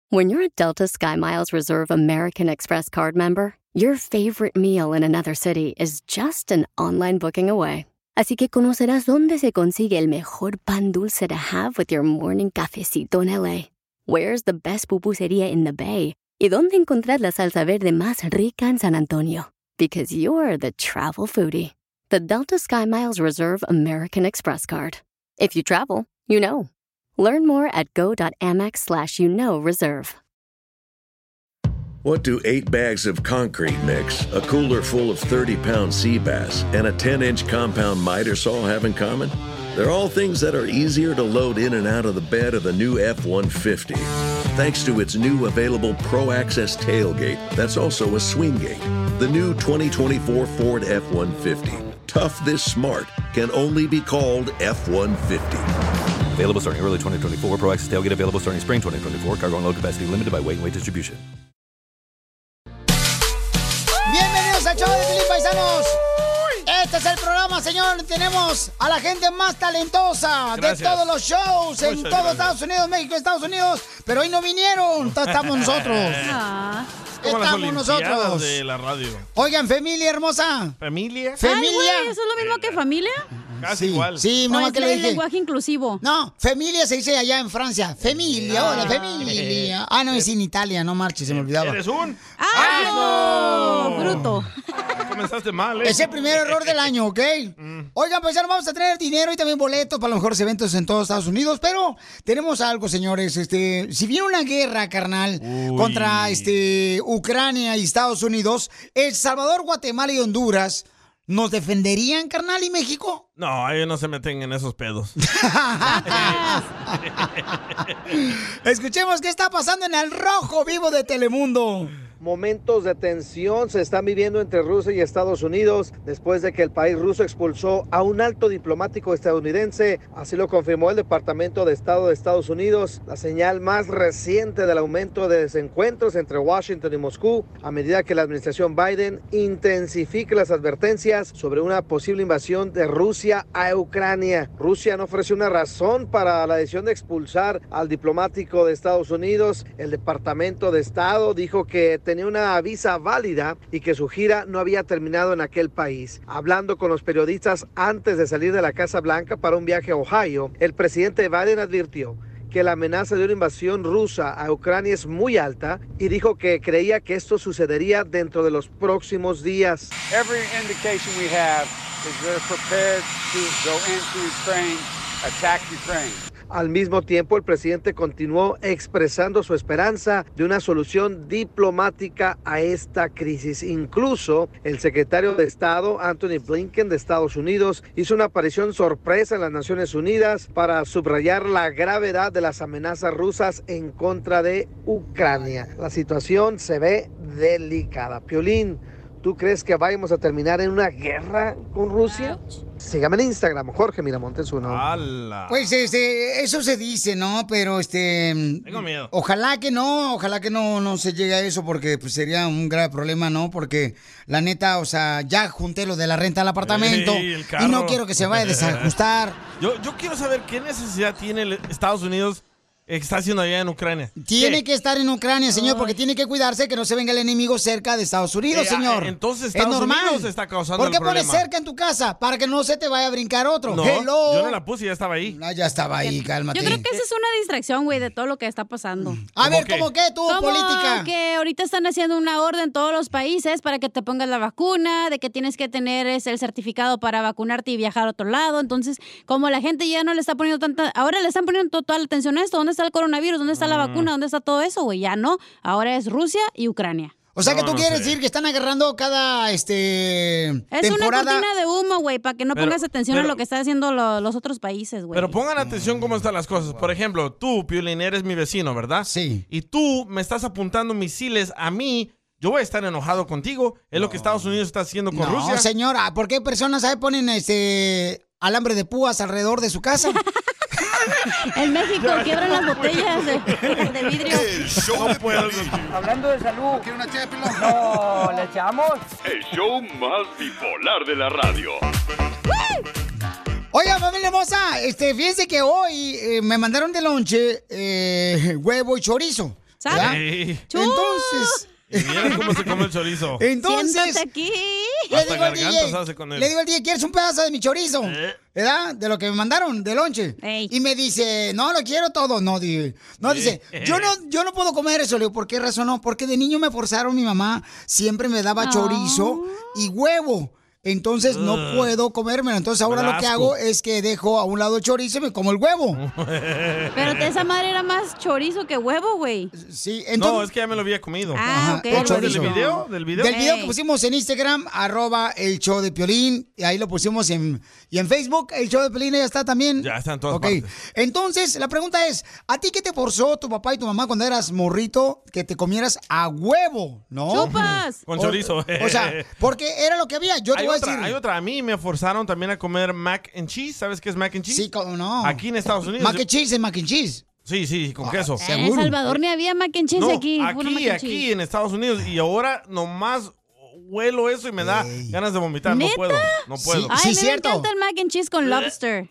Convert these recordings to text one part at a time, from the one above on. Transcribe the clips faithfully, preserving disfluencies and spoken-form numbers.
When you're a Delta SkyMiles Reserve American Express card member, your favorite meal in another city is just an online booking away. Así que conocerás dónde se consigue el mejor pan dulce to have with your morning cafecito en L A. Where's the best pupusería in the Bay? Y dónde encontrar la salsa verde más rica en San Antonio. Because you're the travel foodie. The Delta SkyMiles Reserve American Express card. If you travel, you know. Learn more at go.amex slash you know reserve. What do eight bags of concrete mix, a cooler full of thirty-pound sea bass, and a ten-inch compound miter saw have in common? They're all things that are easier to load in and out of the bed of the new F one fifty. Thanks to its new available Pro Access tailgate that's also a swing gate. The new twenty twenty-four Ford F one fifty. Tough this smart can only be called F one fifty. Available starting early twenty twenty-four. Pro Access tailgate available starting spring twenty twenty-four. Cargo and load capacity limited by weight and weight distribution. Bienvenidos al show de Felipe Paisanos. Este es el programa, señor. Tenemos a la gente más talentosa Gracias. de todos los shows Muchas en todo gracias. Estados Unidos, México, Estados Unidos. Pero hoy no vinieron. Estamos nosotros. Ah. Como las Estamos Olimpiadas nosotros. de la radio. Oigan, familia hermosa. ¿Familia? Familia. Ay, güey, ¿eso es lo mismo que familia? Casi sí, igual. Sí, ¿O nomás es que le el dije. lenguaje inclusivo? No, familia se dice allá en Francia. Familia, hola, familia. Ah, no, es en Italia, no marches, se me olvidaba. ¿Eres un? ¡Ah, no! Bruto. Comenzaste mal, ¿eh? Es el primer error del año, ¿ok? Oigan, pues ya vamos a tener dinero y también boletos para los mejores eventos en todos Estados Unidos, pero tenemos algo, señores. Este, si viene una guerra, carnal, Uy. contra este Ucrania y Estados Unidos, El Salvador, Guatemala y Honduras, ¿nos defenderían, carnal, y México? No, ellos no se meten en esos pedos. Escuchemos qué está pasando en el Rojo Vivo de Telemundo. Momentos de tensión se están viviendo entre Rusia y Estados Unidos después de que el país ruso expulsó a un alto diplomático estadounidense. Así lo confirmó el Departamento de Estado de Estados Unidos, la señal más reciente del aumento de desencuentros entre Washington y Moscú a medida que la administración Biden intensifica las advertencias sobre una posible invasión de Rusia a Ucrania. Rusia no ofreció una razón para la decisión de expulsar al diplomático de Estados Unidos. El Departamento de Estado dijo que tenía una visa válida y que su gira no había terminado en aquel país. Hablando con los periodistas antes de salir de la Casa Blanca para un viaje a Ohio, el presidente Biden advirtió que la amenaza de una invasión rusa a Ucrania es muy alta y dijo que creía que esto sucedería dentro de los próximos días. Every indication we have is they're prepared to go into Ukraine, attack Ukraine. Al mismo tiempo, el presidente continuó expresando su esperanza de una solución diplomática a esta crisis. Incluso el secretario de Estado, Anthony Blinken, de Estados Unidos, hizo una aparición sorpresa en las Naciones Unidas para subrayar la gravedad de las amenazas rusas en contra de Ucrania. La situación se ve delicada. Piolín, ¿tú crees que vayamos a terminar en una guerra con Rusia? Sígame en Instagram, Jorge Miramontes uno. ¡Hala! Pues este, eso se dice, ¿no? Pero este... Tengo miedo. Ojalá que no, ojalá que no, no se llegue a eso porque pues, sería un grave problema, ¿no? Porque la neta, o sea, ya junté lo de la renta del apartamento Ey, el carro. y no quiero que se vaya a desajustar. Yo, yo quiero saber qué necesidad tiene el Estados Unidos que está haciendo allá en Ucrania. Tiene ¿Qué? que estar en Ucrania, señor, porque tiene que cuidarse que no se venga el enemigo cerca de Estados Unidos, Eh, señor. ah, entonces es Estados normal. Unidos está causando ¿Por el qué pones problema? cerca en tu casa? Para que no se te vaya a brincar otro. No, Hello. yo no la puse, ya estaba ahí. No, ya estaba ahí, cálmate. Yo creo que esa es una distracción, güey, de todo lo que está pasando. A ver, qué? ¿cómo qué tú, Como política? que ahorita están haciendo una orden en todos los países para que te pongas la vacuna, de que tienes que tener ese, el certificado para vacunarte y viajar a otro lado. Entonces, como la gente ya no le está poniendo tanta... Ahora le están poniendo to- toda la atención a esto. ¿Dónde está el coronavirus? ¿Dónde está la vacuna? ¿Dónde está todo eso, güey? Ya no. Ahora es Rusia y Ucrania. O sea que No, tú no quieres sé. decir que están agarrando cada este Es temporada. una cortina de humo, güey, para que no Pero- pongas atención a pero- lo que están haciendo lo- los otros países, güey. Pero pongan atención cómo están las cosas. Por ejemplo, tú, Piolín, eres mi vecino, ¿verdad? Sí. Y tú me estás apuntando misiles a mí. Yo voy a estar enojado contigo. Es lo que Estados Unidos está haciendo con No, Rusia. señora, ¿por qué personas ahí ponen este alambre de púas alrededor de su casa? En México quiebran las botellas de, de vidrio. El show No puedo. Hablando de salud. ¿Quiere una ché de pilón? No, ¿le echamos? El show más bipolar de la radio. Oiga, familia hermosa, este, fíjense que hoy eh, me mandaron de lonche eh, huevo y chorizo. ¿verdad? Ey. Entonces... Y mira cómo se come el chorizo. Entonces, Siéntate aquí. le Hasta digo al gargantas D J, hace con él. le digo al D J, ¿quieres un pedazo de mi chorizo? Eh. ¿Verdad? De lo que me mandaron, de lonche. Ey. Y me dice, no, lo quiero todo. No, dije, no, dice, yo no, yo no puedo comer eso. Le digo, ¿por qué razón no? Porque de niño me forzaron, mi mamá siempre me daba Oh. chorizo y huevo. Entonces no Ugh. puedo comérmelo. Entonces ahora Me da lo que asco. hago es que dejo a un lado el chorizo y me como el huevo. Pero esa madre era más chorizo que huevo, güey. Sí, No, entonces... es que ya me lo había comido. Ah, ok. el ¿Cuál es del chorizo. video? ¿Del video? Del video que Ey. pusimos en Instagram, arroba el show de Piolín, y ahí lo pusimos en, y en Facebook, el show de Piolín ya está también. Ya está en todas Ok. partes. Entonces, la pregunta es, ¿a ti qué te forzó tu papá y tu mamá cuando eras morrito que te comieras a huevo, no? ¡Chupas! Con O- chorizo. O, sea, porque era lo que había, yo te hay voy otra, a decir. hay otra. A mí me forzaron también a comer mac and cheese. ¿Sabes qué es mac and cheese? Sí, cómo no. Aquí en Estados Unidos. Mac and cheese es mac and cheese. Sí, sí, con queso. En El Seguro. Salvador ni había mac and cheese No, aquí. puro mac aquí, and aquí cheese. en Estados Unidos. Y ahora nomás huelo eso y me da Ey. ganas de vomitar. ¿Neta? No puedo, no puedo. Sí. Ay, a mí me cierto. encanta el mac and cheese con lobster.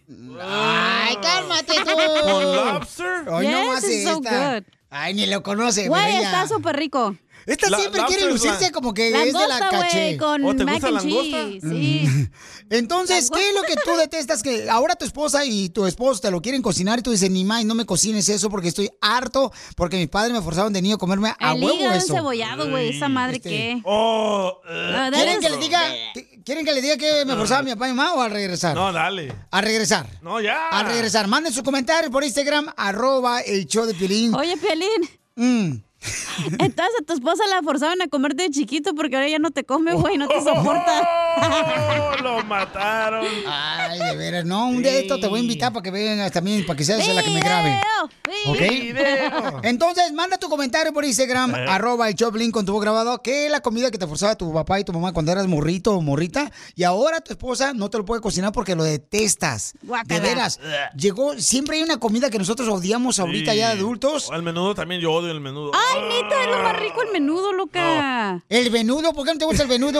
Ay, cálmate tú. ¿Con lobster? Ay, no Yes, más it's so esta. good. Ay, ni lo conoce, Güey, pero ella- está súper rico. Esta La- siempre quiere lobster es lucirse la- como que es de la Langosta, caché. güey, con ¿Oh, te mac gusta and langosta? cheese. Sí. Entonces, ¿qué es lo que tú detestas? Que ahora tu esposa y tu esposo te lo quieren cocinar y tú dices, ni más, no me cocines eso porque estoy harto, porque mis padres me forzaron de niño a comerme a El huevo hígado eso. encebollado, güey. Esa madre Este- qué. Oh, eh. Ah, ¿Quieren that que is- le diga, que- ¿Quieren que le diga que me forzaba mi papá y mi mamá o al regresar? No, dale. Al regresar. No, ya. Al regresar. Manden su comentario por Instagram, arroba el show de Piolín. Oye, Piolín. Mm. Entonces a tu esposa la forzaban a comerte de chiquito porque ahora ya no te come, güey, no te soporta. Oh, lo mataron. Ay, de veras, no, un día de esto te voy a invitar para que vengas también, para que seas la que me grabe. Video, ¿Ok? Video. Entonces, manda tu comentario por Instagram, Eh. arroba el Choplin con tu voz grabado, que es la comida que te forzaba tu papá y tu mamá cuando eras morrito o morrita, y ahora tu esposa no te lo puede cocinar porque lo detestas. Guácala. De veras. Llegó, siempre hay una comida que nosotros odiamos ahorita Sí. ya de adultos. O el menudo también, yo odio el menudo. Ay, neta, es lo más rico el menudo, loca. El venudo, ¿por qué no te gusta el venudo?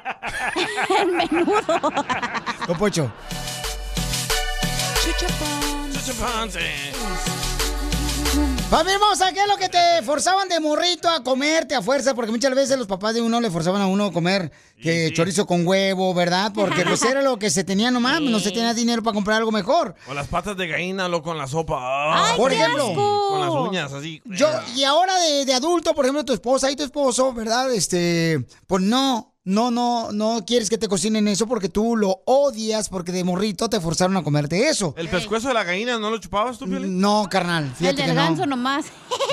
El menudo. Don Pocho. Chuchupanse. Familia hermosa, ¿qué es lo que te forzaban de morrito a comerte a fuerza? Porque muchas veces los papás de uno le forzaban a uno a comer que sí. chorizo con huevo, ¿verdad? Porque pues era lo que se tenía nomás, no se tenía dinero para comprar algo mejor. O las patas de gallina, loco, con la sopa. Ay, Por qué ejemplo, asco. Con las uñas, así. Yo, y ahora de, de adulto, por ejemplo, tu esposa y tu esposo, ¿verdad? Este, pues no, no, no, no quieres que te cocinen eso porque tú lo odias porque de morrito te forzaron a comerte eso. ¿El pescuezo de la gallina no lo chupabas tú, Piolín? No, carnal, El fíjate del que ganso no. nomás.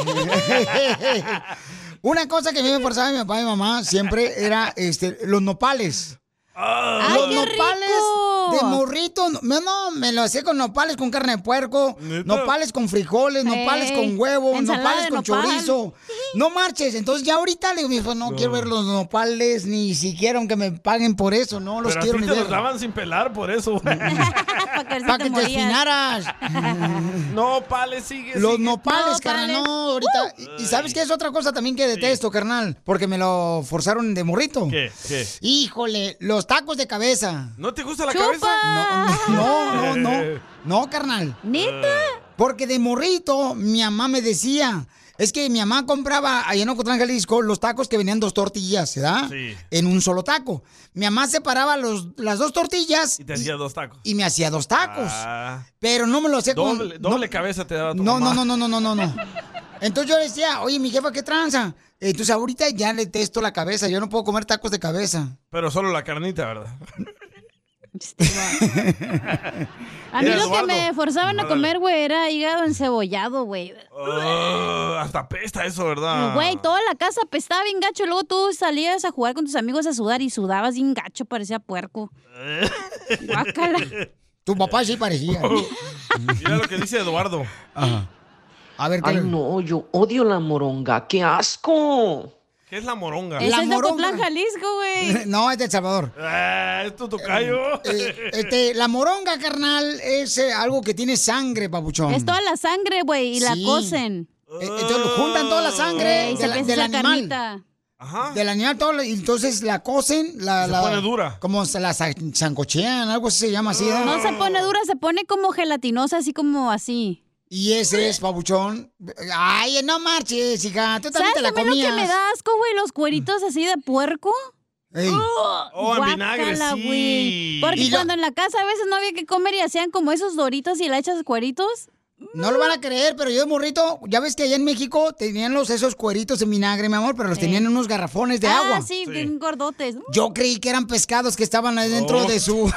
Una cosa que a mí me forzaba mi papá y mi mamá siempre era este, los nopales. ¡Ay, Los qué nopales rico! de morrito, no, no, me lo hacía con nopales con carne de puerco, ¿Neta? nopales con frijoles, nopales Ey, con huevo, ensalada nopales de con nopal. chorizo. No marches, entonces ya ahorita le digo, mi hijo, no, quiero ver los nopales, ni siquiera aunque me paguen por eso, no los Pero a quiero ti ni te ver. los daban sin pelar por eso. Para que, Para que te morías. espinaras. No, pales, sigue, Los sigue. nopales, No, carnal, pales. no, ahorita. Y, y ¿sabes qué es otra cosa también que detesto, carnal? Porque me lo forzaron de morrito. ¿Qué? ¿Qué? Híjole, los tacos de cabeza. ¿No te gusta la ¡Chupa! cabeza? No, no, no, no. No, carnal. ¿Neta? Porque de morrito, mi mamá me decía, es que mi mamá compraba allá en Ocotlán, Jalisco, los tacos que venían dos tortillas, ¿verdad? Sí. En un solo taco. Mi mamá separaba los, las dos tortillas Y te hacía dos tacos. y me hacía dos tacos. Ah, Pero no me lo hacía con... doble doble no, cabeza te daba tu no, mamá. no, no, no, no, no, no. Entonces yo le decía, oye, mi jefa, ¿qué tranza? Entonces ahorita ya le testo la cabeza, yo no puedo comer tacos de cabeza. Pero solo la carnita, ¿verdad? A mí Mira, lo que Eduardo. me forzaban a Ándale. comer, güey, era hígado encebollado, güey. Oh, hasta pesta eso, ¿verdad? Güey, toda la casa apestaba bien gacho. Luego tú salías a jugar con tus amigos a sudar y sudabas bien gacho, parecía puerco. Guácala. Tu papá sí parecía. Mira lo que dice Eduardo. Ajá. A ver, ¿qué Ay, le- no, yo odio la moronga. ¡Qué asco! ¿Qué es la moronga? Ese La es de moronga. Ocotlán, Jalisco, güey. No, es de El Salvador. Ah, es tu tocayo. Eh, este, la moronga, carnal, es eh, algo que tiene sangre, papuchón. Es toda la sangre, güey, y la Sí. cocen. Eh, entonces juntan toda la sangre Y de se la- empieza del a hacer animal. carnita. Ajá. Del animal, todo, lo- y entonces la cocen, la, Se la- pone dura. Como se la sa- sancochean, algo así se llama así. ¿no? No se pone dura, se pone como gelatinosa, así como así. Y ese es, papuchón. Ay, no marches, hija. Tú también ¿Sabes te la también comías. lo que me da asco, güey? Los cueritos así de puerco. Ey. Oh, en vinagre, Guácala, sí. güey. Porque Y lo- cuando en la casa a veces no había que comer y hacían como esos doritos y le echas cueritos. No lo van a creer, pero yo de morrito, ya ves que allá en México tenían los esos cueritos en vinagre, mi amor, pero los Sí. tenían en unos garrafones de ah, agua. sí, bien gordotes. Yo creí que eran pescados que estaban ahí dentro Oh. de su...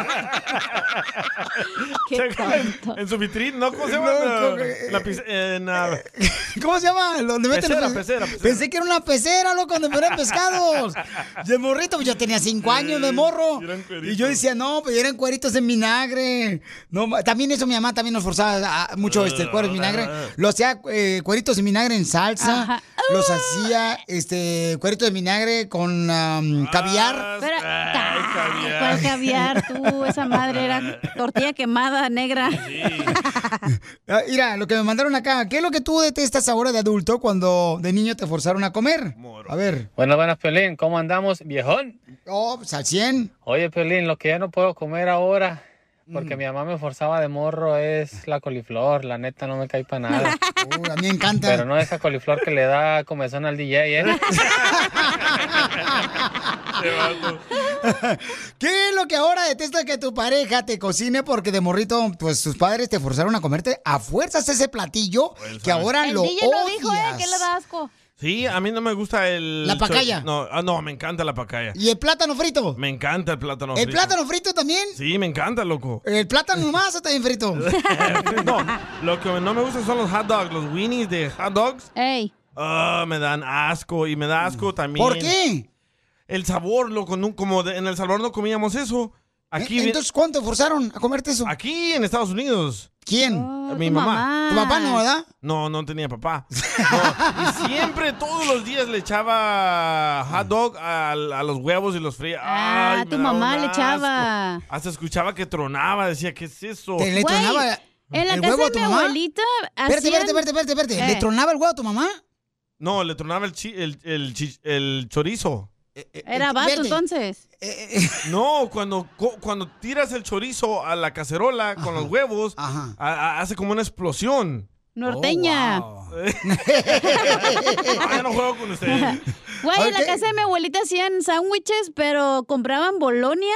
Qué tonto. En su vitrina, ¿no? ¿Cómo se llama? No, La- creo que- la piz- en, ah, ¿Cómo se llama? Donde meten Pecera, los- pecera, pecera. Pensé que era una pecera, loco, donde ponían pescados. De morrito, pues yo tenía cinco años de morro. y eran cueritos. Y yo decía, no, pues eran cueritos en vinagre. No, ma- también eso mi mamá también nos forzaba a- mucho este, el cuero en vinagre. Lo hacía eh, cueritos en vinagre en salsa. Ajá. Los hacía este cueritos de vinagre con am, caviar. Pero, Ay, ah, caviar. ¿cuál caviar tú? Esa madre era tortilla quemada, negra. Ah, mira, lo que me mandaron acá. ¿Qué es lo que tú detestas ahora de adulto cuando de niño te forzaron a comer? A ver. Buenas, buenas, Piolín. ¿Cómo andamos, viejón? Oh, pues al cien. Oye, Piolín, lo que ya no puedo comer ahora, porque mi mamá me forzaba de morro, es la coliflor. La neta, no me cae para nada. Uh, a mí me encanta. Pero no esa coliflor que le da comezón al D J, ¿eh? ¿Qué es lo que ahora detestas que tu pareja te cocine porque de morrito, pues tus padres te forzaron a comerte a fuerzas ese platillo que ahora El lo D J lo dijo, ¿eh? odias? Que le da asco. Sí, a mí no me gusta el... ¿La pacaya? No, ah, no, me encanta la pacaya. ¿Y el plátano frito? Me encanta el plátano ¿El frito. plátano frito también? Sí, me encanta, loco. ¿El plátano nomás o también frito? No, lo que no me gusta son los hot dogs, los weenies de hot dogs. Ey. Ah, me dan asco y me da asco también. ¿Por qué? El sabor, loco, no- como de- en El Salvador no comíamos eso. Aquí, ¿Eh? Entonces, ¿cuánto forzaron a comerte eso? aquí en Estados Unidos. ¿Quién? Oh, Mi tu mamá. ¿Tu papá no, verdad? No, no tenía papá. No, y siempre, todos los días le echaba hot dog a, a los huevos y los fría. Ah, Ay, me tu daba mamá un le asco. echaba. Hasta escuchaba que tronaba, decía, ¿qué es eso? ¿Te le Güey, tronaba En la el casa huevo a de tu mi mamá? abuelita Espérate, hacían... espérate, espérate, espérate, espérate. ¿Le Eh. tronaba el huevo a tu mamá? No, le tronaba el, chi- el, el, chi- el chorizo. Era vato, Espérate. entonces. No, cuando, co- cuando tiras el chorizo a la cacerola con los huevos, Ajá. a- a- hace como una explosión. Norteña. Oh, wow. Ah, ya no juego con usted. Güey, en la Ok. casa de mi abuelita hacían sándwiches, pero compraban Bolonia.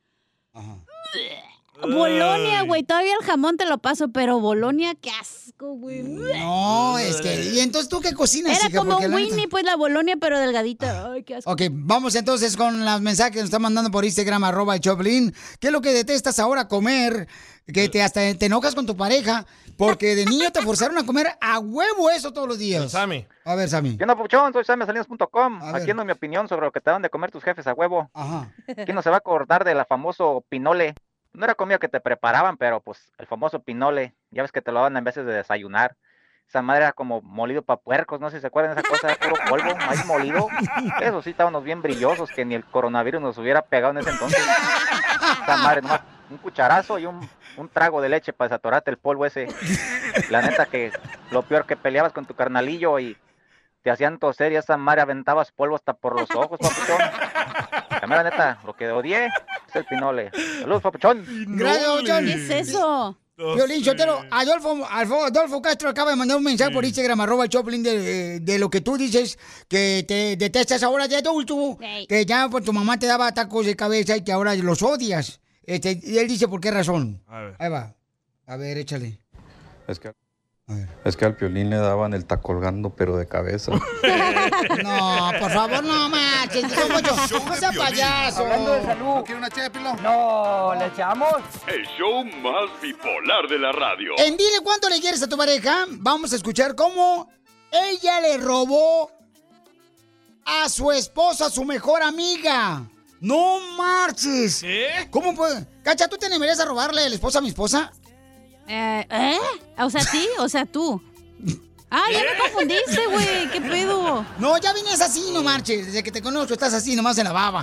Bolonia, Ay. güey. Todavía el jamón te lo paso, pero Bolonia, qué asco, güey. No, es que... ¿Y entonces tú qué cocinas, Era hija? como Porque un la neta- Winnie, pues la Bolonia, pero delgadita. Ay, qué asco. Ok, vamos entonces con los mensajes que nos están mandando por Instagram, arroba el Choplin. ¿Qué es lo que detestas ahora comer? Que te hasta te enojas con tu pareja porque de niño te forzaron a comer a huevo eso todos los días. Sammy. A ver, Sammy. ¿Qué onda, Papuchón? Soy Sammy Salinas punto com. A ver. Aquí ando mi opinión sobre lo que te dan de comer tus jefes a huevo. Ajá. ¿Quién no se va a acordar de la famoso pinole? No era comida que te preparaban, pero pues el famoso pinole. Ya ves que te lo daban en veces de desayunar. Esa madre era como molido para puercos, no sé si se acuerdan de esa cosa, era puro polvo, maíz molido. Eso sí, estábamos bien brillosos, que ni el coronavirus nos hubiera pegado en ese entonces. Esa madre, nomás un cucharazo y un, un trago de leche para desatorarte el polvo ese. La neta que lo peor que peleabas con tu carnalillo y te hacían toser y esa madre aventabas polvo hasta por los ojos, papuchón. La mera neta, lo que odié es el pinole. Saludos, papuchón. Gracias, Papuchón. ¿Qué es eso? Violín Sotelo, Adolfo, Adolfo, Adolfo Castro acaba de mandar un mensaje por Instagram, arroba el Choplin, de, de lo que tú dices, que te detestas ahora de adulto, Ey. que ya pues, tu mamá te daba tacos de cabeza y que ahora los odias. Este, y él dice por qué razón. A ver. Ahí va. A ver, échale. Es que, A ver. es que al Piolín le daban el taco colgando, pero de cabeza. No, por favor, no manches. No, Poncho, no sea payaso. Hablando de salud. ¿No quiere una ché de pilón? No, ¿le echamos? El show más bipolar de la radio. En Dile Cuánto Le Quieres a Tu Pareja, vamos a escuchar cómo ella le robó a su esposa, a su mejor amiga. ¡No marches! ¿Qué? ¿Cómo puede? Cacha, ¿tú te animarías a robarle la esposa a mi esposa? Eh, ¿Eh? O sea, ¿ti? O sea, tú. Ah, ya me confundiste, güey. ¿Qué pedo? No, ya vienes así, no marches. Desde que te conozco estás así, nomás en la baba.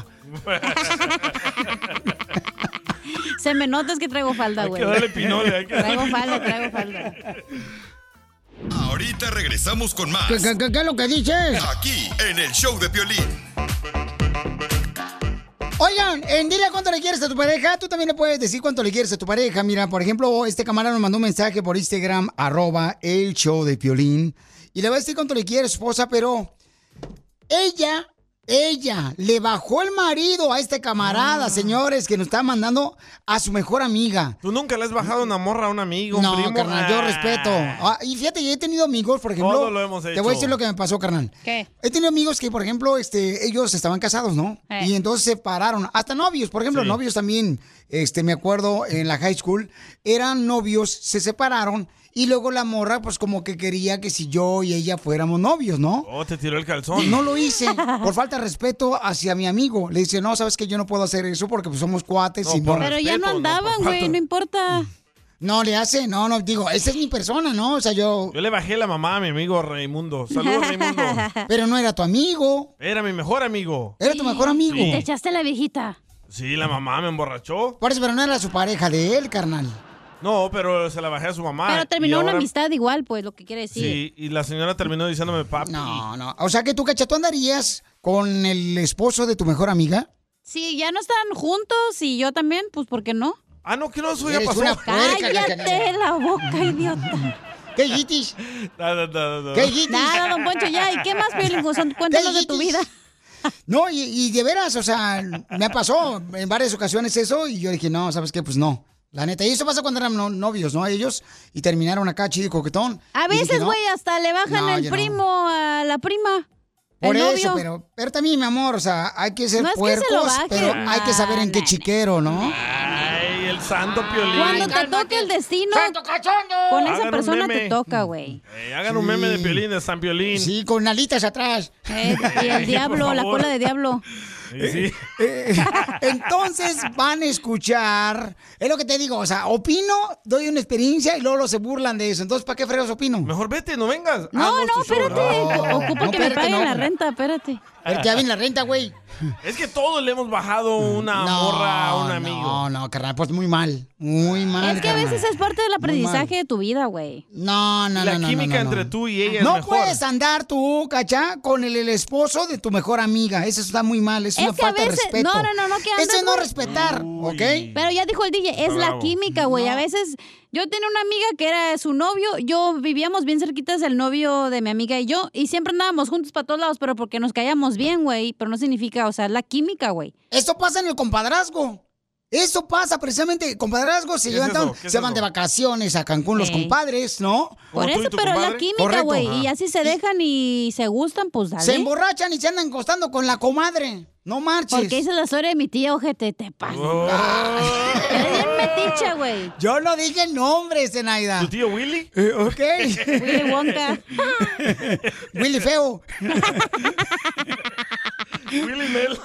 Se me nota es que traigo falda, Hay güey. que darle pinole, hay que darle Traigo pinole. falda, traigo falda. Ahorita regresamos con más. ¿Qué, qué, qué- qué es lo que dices? Aquí, en el show de Piolín. Oigan, en dile cuánto le quieres a tu pareja, tú también le puedes decir cuánto le quieres a tu pareja. Mira, por ejemplo, este camarada nos mandó un mensaje por Instagram, arroba el show de Piolín, y le va a decir cuánto le quiere a su esposa, pero ella, ella le bajó el marido a este camarada, ah. señores, que nos está mandando a su mejor amiga. ¿Tú nunca le has bajado una morra a un amigo, un no, primo? No, carnal, ah. yo respeto. Ah, y fíjate, yo he tenido amigos, por ejemplo. Todo lo hemos hecho. Te voy a decir lo que me pasó, carnal. ¿Qué? He tenido amigos que, por ejemplo, este, ellos estaban casados, ¿no? Eh. Y entonces se separaron. Hasta novios, por ejemplo, sí. novios también, este, me acuerdo, en la high school, eran novios, se separaron. Y luego la morra, pues como que quería que si yo y ella fuéramos novios, ¿no? Oh, te tiró el calzón. No lo hice por falta de respeto hacia mi amigo. Le dice, no, sabes que yo no puedo hacer eso porque pues somos cuates. No, y por no. Pero ya no andaban, güey, no, no importa. No, le hace, no, no, digo, esa es mi persona, ¿no? O sea, yo... Yo le bajé la mamá a mi amigo Raimundo. Saludos, Raimundo. Pero no era tu amigo. Era mi mejor amigo. Era tu mejor amigo. Sí. Te echaste la viejita. Sí, la mamá me emborrachó. Por eso, pero no era su pareja de él, carnal. No, pero se la bajé a su mamá. Pero terminó ahora... una amistad igual, pues, lo que quiere decir. Sí, y la señora terminó diciéndome papi. No, no. O sea que tú, Cacha, ¿tú andarías con el esposo de tu mejor amiga? Sí, ya no están juntos y yo también, pues, ¿por qué no? Ah, no, que no, eso ya pasó. Una puerca, cállate la boca, idiota. ¿Qué yitis? Nada, nada, nada. ¿Qué yitis? Nada, don Poncho, ya. ¿Y qué más, Piolín? Cuéntanos de tu vida. No, y, y de veras, o sea, me pasó en varias ocasiones eso y yo dije, no, ¿sabes qué? Pues no. La neta, y eso pasa cuando eran no, novios, ¿no? Ellos, y terminaron acá chido y coquetón. A veces, güey, no. hasta le bajan no, el primo no. a la prima. Por el eso, novio. pero, pero también, mi amor, o sea, hay que ser no es puercos, que se lo baje. pero hay que saber en qué chiquero, ¿no? Ay, el santo Piolín. Cuando te toque el destino, ¡santo cachondo! Con esa hagan persona te toca, güey. Eh, hagan un meme de Piolín, de San Piolín. Sí, con alitas atrás. Eh, y el diablo, la cola de diablo. Sí. Eh, entonces van a escuchar, es lo que te digo, o sea, opino, doy una experiencia y luego lo se burlan de eso. Entonces, ¿para qué freos opino? Mejor vete, no vengas. No, ah, no, no espérate. No, Ocupa no, que espérate, me paguen no. la renta, espérate. A ver, que ya viene la renta, güey. Es que todos le hemos bajado una no, morra a un amigo. No, no, carnal, pues muy mal, muy mal. Es que carnal. a veces es parte del aprendizaje de tu vida, güey. No, no, la no, no. La química no, no, entre no. tú y ella no es mejor. No puedes andar tú, cacha, con el, el esposo de tu mejor amiga. Eso está muy mal, es, es una falta veces, de respeto. No, no, no, no, que andas, eso es no güey. respetar, Uy. ¿ok? Pero ya dijo el D J, es Bravo. la química, güey. No. A veces, yo tenía una amiga que era su novio, yo vivíamos bien cerquitas del novio de mi amiga y yo, y siempre andábamos juntos para todos lados, pero porque nos caíamos bien, güey. Pero no significa, o sea, la química, güey. Eso pasa en el compadrazgo. Eso pasa precisamente, compadrazgo, se, llevan, tan, se van de vacaciones a Cancún los Sí. compadres, ¿no? Por eso, pero es la química, güey. Y así se dejan y se gustan, pues dale. Se emborrachan y se andan acostando con la comadre. No marches. Porque esa es la historia de mi tía, ojete, te pasa. Oh. Eres bien meticha, güey. Yo no dije nombres, Zenaida. ¿Tu tío Willy? Eh, ok. Willy Wonka. Willy Feo. Willy Mel.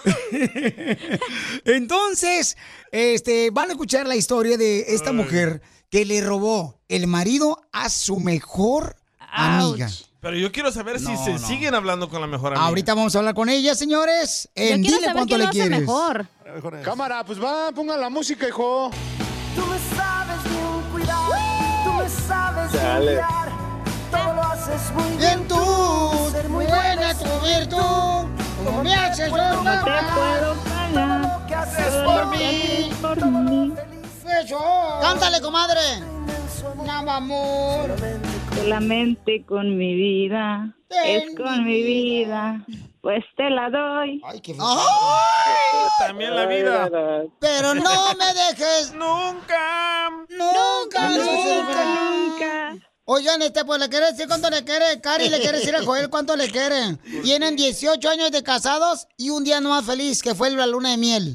Entonces, este, van a escuchar la historia de esta Ay. mujer que le robó el marido a su mejor amiga. Pero yo quiero saber No, si se no. siguen hablando con la mejor amiga. Ahorita vamos a hablar con ella, señores. Yo En quiero dile saber cuánto quién le lo hace quieres. mejor. Cámara, pues va, pongan la música, hijo. Tú me sabes bien cuidar, tú me sabes Dale. limpiar, todo lo haces muy Bien tú, ser muy buena tu virtud, como me haces yo puedo pagar, todo lo que haces por mí. por mí. Eso. Cántale, comadre. Nada, amor. Solamente con mi vida, Ten es con mi vida, pues te la doy. Ay, qué Ay, también la vida. Pero no me dejes Nunca. nunca, Nunca, nunca. nunca. Oigan, este, pues le quiere decir cuánto le quiere. Cari le quiere decir a Joel cuánto le quiere. Tienen dieciocho años de casados y un día no más feliz, que fue la luna de miel.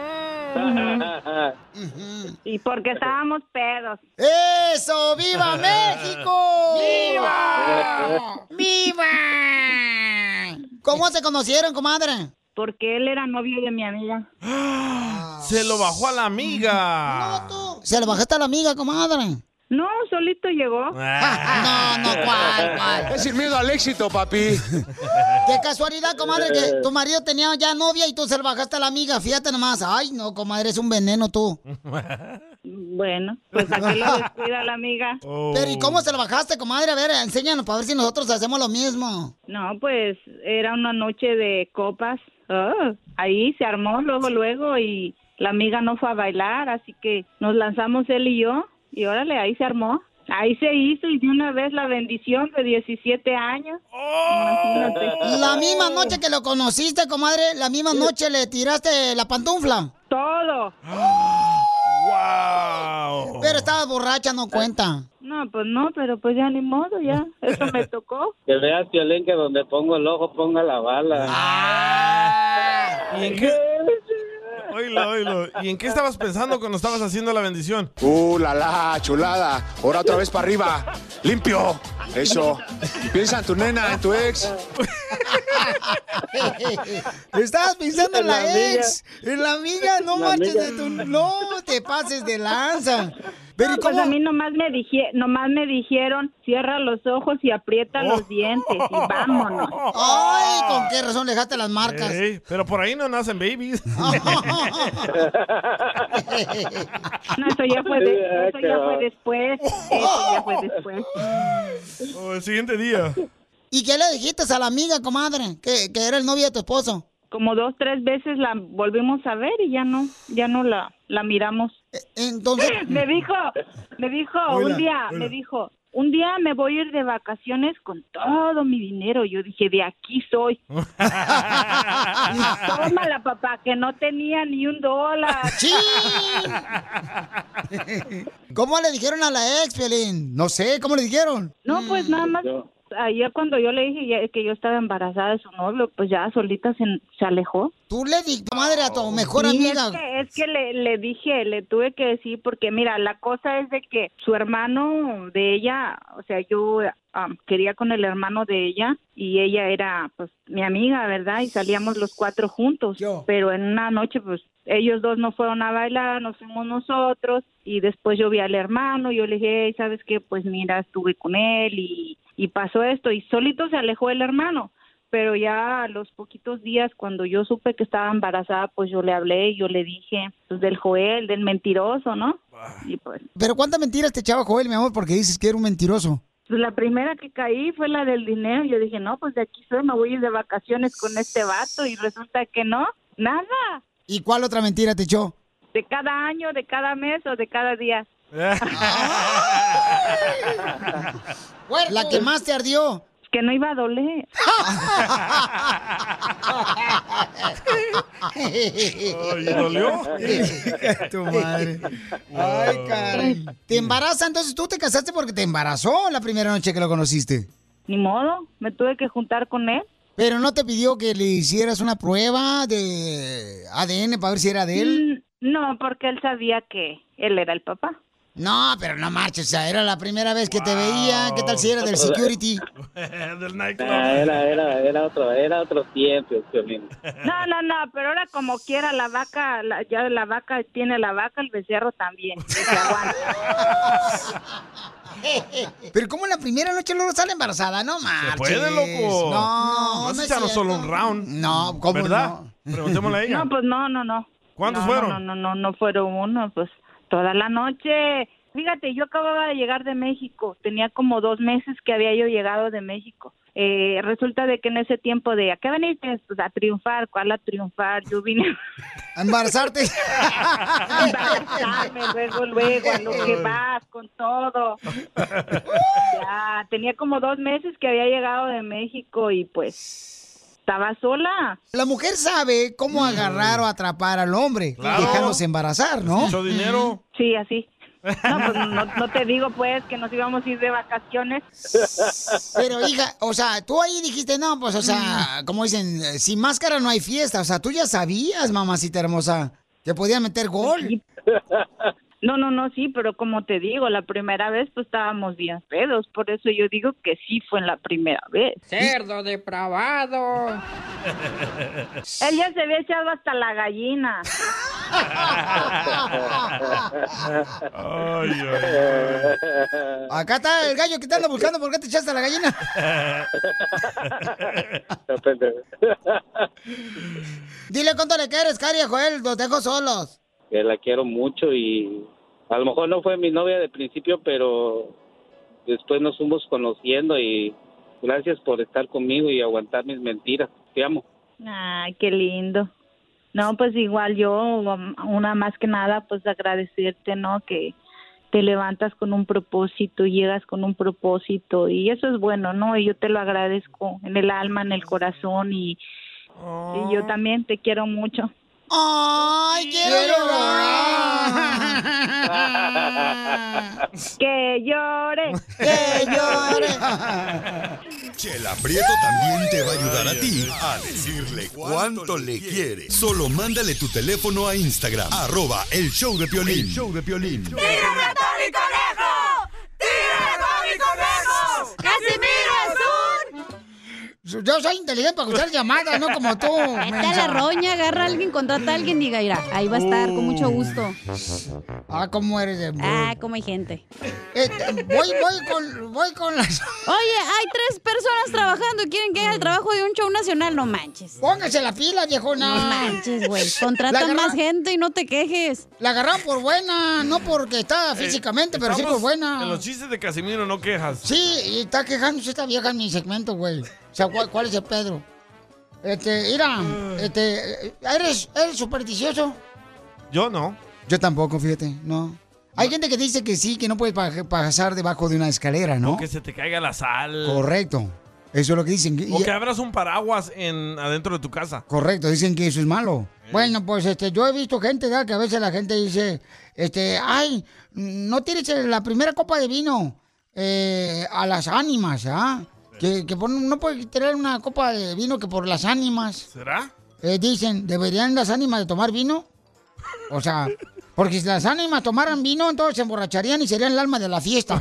Ujú. Y porque estábamos pedos. ¡Eso! ¡Viva México! ¡Viva! ¡Viva! ¿Cómo se conocieron, comadre? Porque él era novio de mi amiga. Se lo bajó a la amiga. No, tú. Se le bajaste a la amiga, comadre. No, solito llegó. No, no, ¿cuál, cuál? Es sin miedo al éxito, papi. Qué casualidad, comadre, que tu marido tenía ya novia y tú se le bajaste a la amiga. Fíjate nomás. Ay, no, comadre, es un veneno tú. Bueno, pues ¿a qué lo descuida la amiga? Oh. Pero ¿y cómo se le bajaste, comadre? A ver, enséñanos para ver si nosotros hacemos lo mismo. No, pues era una noche de copas. Oh, ahí se armó luego, luego y la amiga no fue a bailar, así que nos lanzamos él y yo y órale, ahí se armó. Ahí se hizo y de una vez la bendición de diecisiete años. Imagínate. La misma noche que lo conociste, comadre, la misma noche le tiraste la pantufla. Todo. ¡Wow! Pero estabas borracha, no cuenta. No, pues no, pero pues ya ni modo, ya. Eso me tocó. Que veas, Piolín, que donde pongo el ojo, ponga la bala. ¿Y en qué? Oílo, oílo. ¿Y en qué estabas pensando cuando estabas haciendo la bendición? Uh, la la, chulada. Ahora otra vez para arriba. Limpio. Eso. Piensa en tu nena, en tu ex. Estabas pensando en la, En la ex. En la amiga, no La marches amiga. de tu... No te pases de lanza. Pero No, ¿y pues cómo? a mí nomás me, dije, nomás me dijeron, cierra los ojos y aprieta los dientes y vámonos. Ay, ¿con qué razón le dejaste las marcas? Ey, pero por ahí no nacen babies. No, eso ya fue, de- eso ya fue después. Eso ya fue después. O el siguiente día. ¿Y qué le dijiste a la amiga, comadre? Que, que era el novio de tu esposo. Como dos, tres veces la volvimos a ver y ya no, ya no la, la miramos. Entonces... Me dijo, me dijo, Hola, un día, hola. me dijo, un día me voy a ir de vacaciones con todo mi dinero. Yo dije, de aquí soy. Tómala, papá, que no tenía ni un dólar. ¡Sí! ¿Cómo le dijeron a la ex, Piolín? No sé, ¿cómo le dijeron? No, pues nada más. Ayer cuando yo le dije ya que yo estaba embarazada de su novio, pues ya solita se, se alejó. Tú le dijiste, madre, a tu mejor Sí, amiga. Es que, es que le, le dije, le tuve que decir, porque mira, la cosa es de que su hermano de ella, o sea, yo um, quería con el hermano de ella y ella era, pues, mi amiga, ¿verdad? Y salíamos los cuatro juntos. Pero en una noche, pues, ellos dos no fueron a bailar, nos fuimos nosotros y después yo vi al hermano y yo le dije, hey, ¿sabes qué? Pues mira, estuve con él y, y pasó esto y solito se alejó el hermano. Pero ya a los poquitos días, cuando yo supe que estaba embarazada, pues yo le hablé y yo le dije, pues del Joel, del mentiroso, ¿no? Y pues, ¿Pero cuántas mentiras te echaba Joel, mi amor, porque dices que era un mentiroso? pues la primera que caí fue la del dinero. Yo dije, no, pues de aquí soy, me voy a ir de vacaciones con este vato y resulta que no, nada. ¿Y cuál otra mentira te echó? De cada año, de cada mes o de cada día. La que más te ardió. Que no iba a doler. Ay, ¿dolió? Tu madre. Ay, caray. ¿Te embaraza? Entonces tú te casaste porque te embarazó la primera noche que lo conociste. Ni modo, me tuve que juntar con él. Pero no te pidió que le hicieras una prueba de A D N para ver si era de él. Mm, No, porque él sabía que él era el papá. No, pero no marches, o sea, era la primera vez que te veía. ¿Qué tal si era del security? Del nightclub. Ah, era, era, era otro, era otro tiempo, Piolín. No, no, no, pero ahora como quiera la vaca, la, ya la vaca tiene la vaca, el becerro también. Que se aguanta. Pero ¿cómo en la primera noche luego sale embarazada? No marches. Se puede, loco. No, No no se es echaron cierto. solo un round. No, ¿cómo ¿verdad? no? Preguntémosle a ella. No, pues no, no, no. ¿Cuántos No, fueron? No, no, no, no fueron uno, pues toda la noche. Fíjate, yo acababa de llegar de México, tenía como dos meses que había yo llegado de México. Eh, resulta de que en ese tiempo de, ¿a qué veniste? Pues a triunfar, ¿cuál a triunfar? Yo vine a embarazarte. a embarazarme, luego, luego, a lo que vas, con todo. Ya, tenía como dos meses que había llegado de México y pues estaba sola. La mujer sabe cómo agarrar o atrapar al hombre, Claro. dejándose embarazar, ¿no? Mucho dinero. Sí, así. No, pues no, no te digo pues que nos íbamos a ir de vacaciones. Pero hija, o sea, tú ahí dijiste, no, pues, o sea, como dicen, eh, sin máscara no hay fiesta. O sea, tú ya sabías, mamacita hermosa, que podían meter gol. No, no, no, sí, pero como te digo, la primera vez pues estábamos bien pedos, por eso yo digo que sí fue en la primera vez. Cerdo depravado. Él ya se había echado hasta la gallina. Ay, ay, ay. Acá está el gallo que te anda buscando, ¿por qué te echaste a la gallina? Dile cuánto le quieres, Cari, a Joel, los dejo solos. Que la quiero mucho y a lo mejor no fue mi novia de principio, pero después nos fuimos conociendo y gracias por estar conmigo y aguantar mis mentiras. Te amo. Ay, qué lindo. No, pues igual yo, una más que nada, pues agradecerte, ¿no? Que te levantas con un propósito, llegas con un propósito y eso es bueno, ¿no? Y yo te lo agradezco en el alma, en el corazón y, y yo también te quiero mucho. ¡Ay, quiero llorar! ¡Que llore! ¡Que llore! Chela Prieto también te va a ayudar a ti a decirle cuánto le quiere. Solo mándale tu teléfono a Instagram, arroba el show de Piolín. El show de Piolín. ¡Tírame a Tony Conejo! ¡Tírame a Tony Conejo! ¡Casimiro es un... Yo soy inteligente para escuchar llamadas, no como tú. Vete a la roña, agarra a alguien, contrata a alguien y diga, mira, ahí va a estar, con mucho gusto. Ah, ¿cómo eres de... Ah, como hay gente. Eh, voy, voy con, voy con las... Oye, hay tres personas trabajando y quieren que haga el trabajo de un show nacional, no manches. Póngase la pila, viejona. No manches, güey. Contratan más gente y no te quejes. La agarraron por buena, no porque está físicamente, Eh, pero sí por buena. En los chistes de Casimiro no quejas. Sí, y está quejándose esta vieja en mi segmento, güey. O sea, ¿cuál, cuál es el Pedro? Este, mira, este, ¿eres, eres supersticioso? Yo no. Yo tampoco, fíjate, no. Hay gente que dice que sí, que no puedes pa- pasar debajo de una escalera, ¿no? O que se te caiga la sal. Correcto. Eso es lo que dicen. O Y- que abras un paraguas en adentro de tu casa. Correcto, dicen que eso es malo. Bueno, pues este, yo he visto gente, ¿verdad? Que a veces la gente dice, este, ay, no tires la primera copa de vino eh, a las ánimas, ¿ah? Que, que por- no puede tirar una copa de vino que por las ánimas. ¿Será? Eh, dicen, ¿deberían las ánimas de tomar vino? O sea, porque si las ánimas tomaran vino, entonces se emborracharían y serían el alma de la fiesta.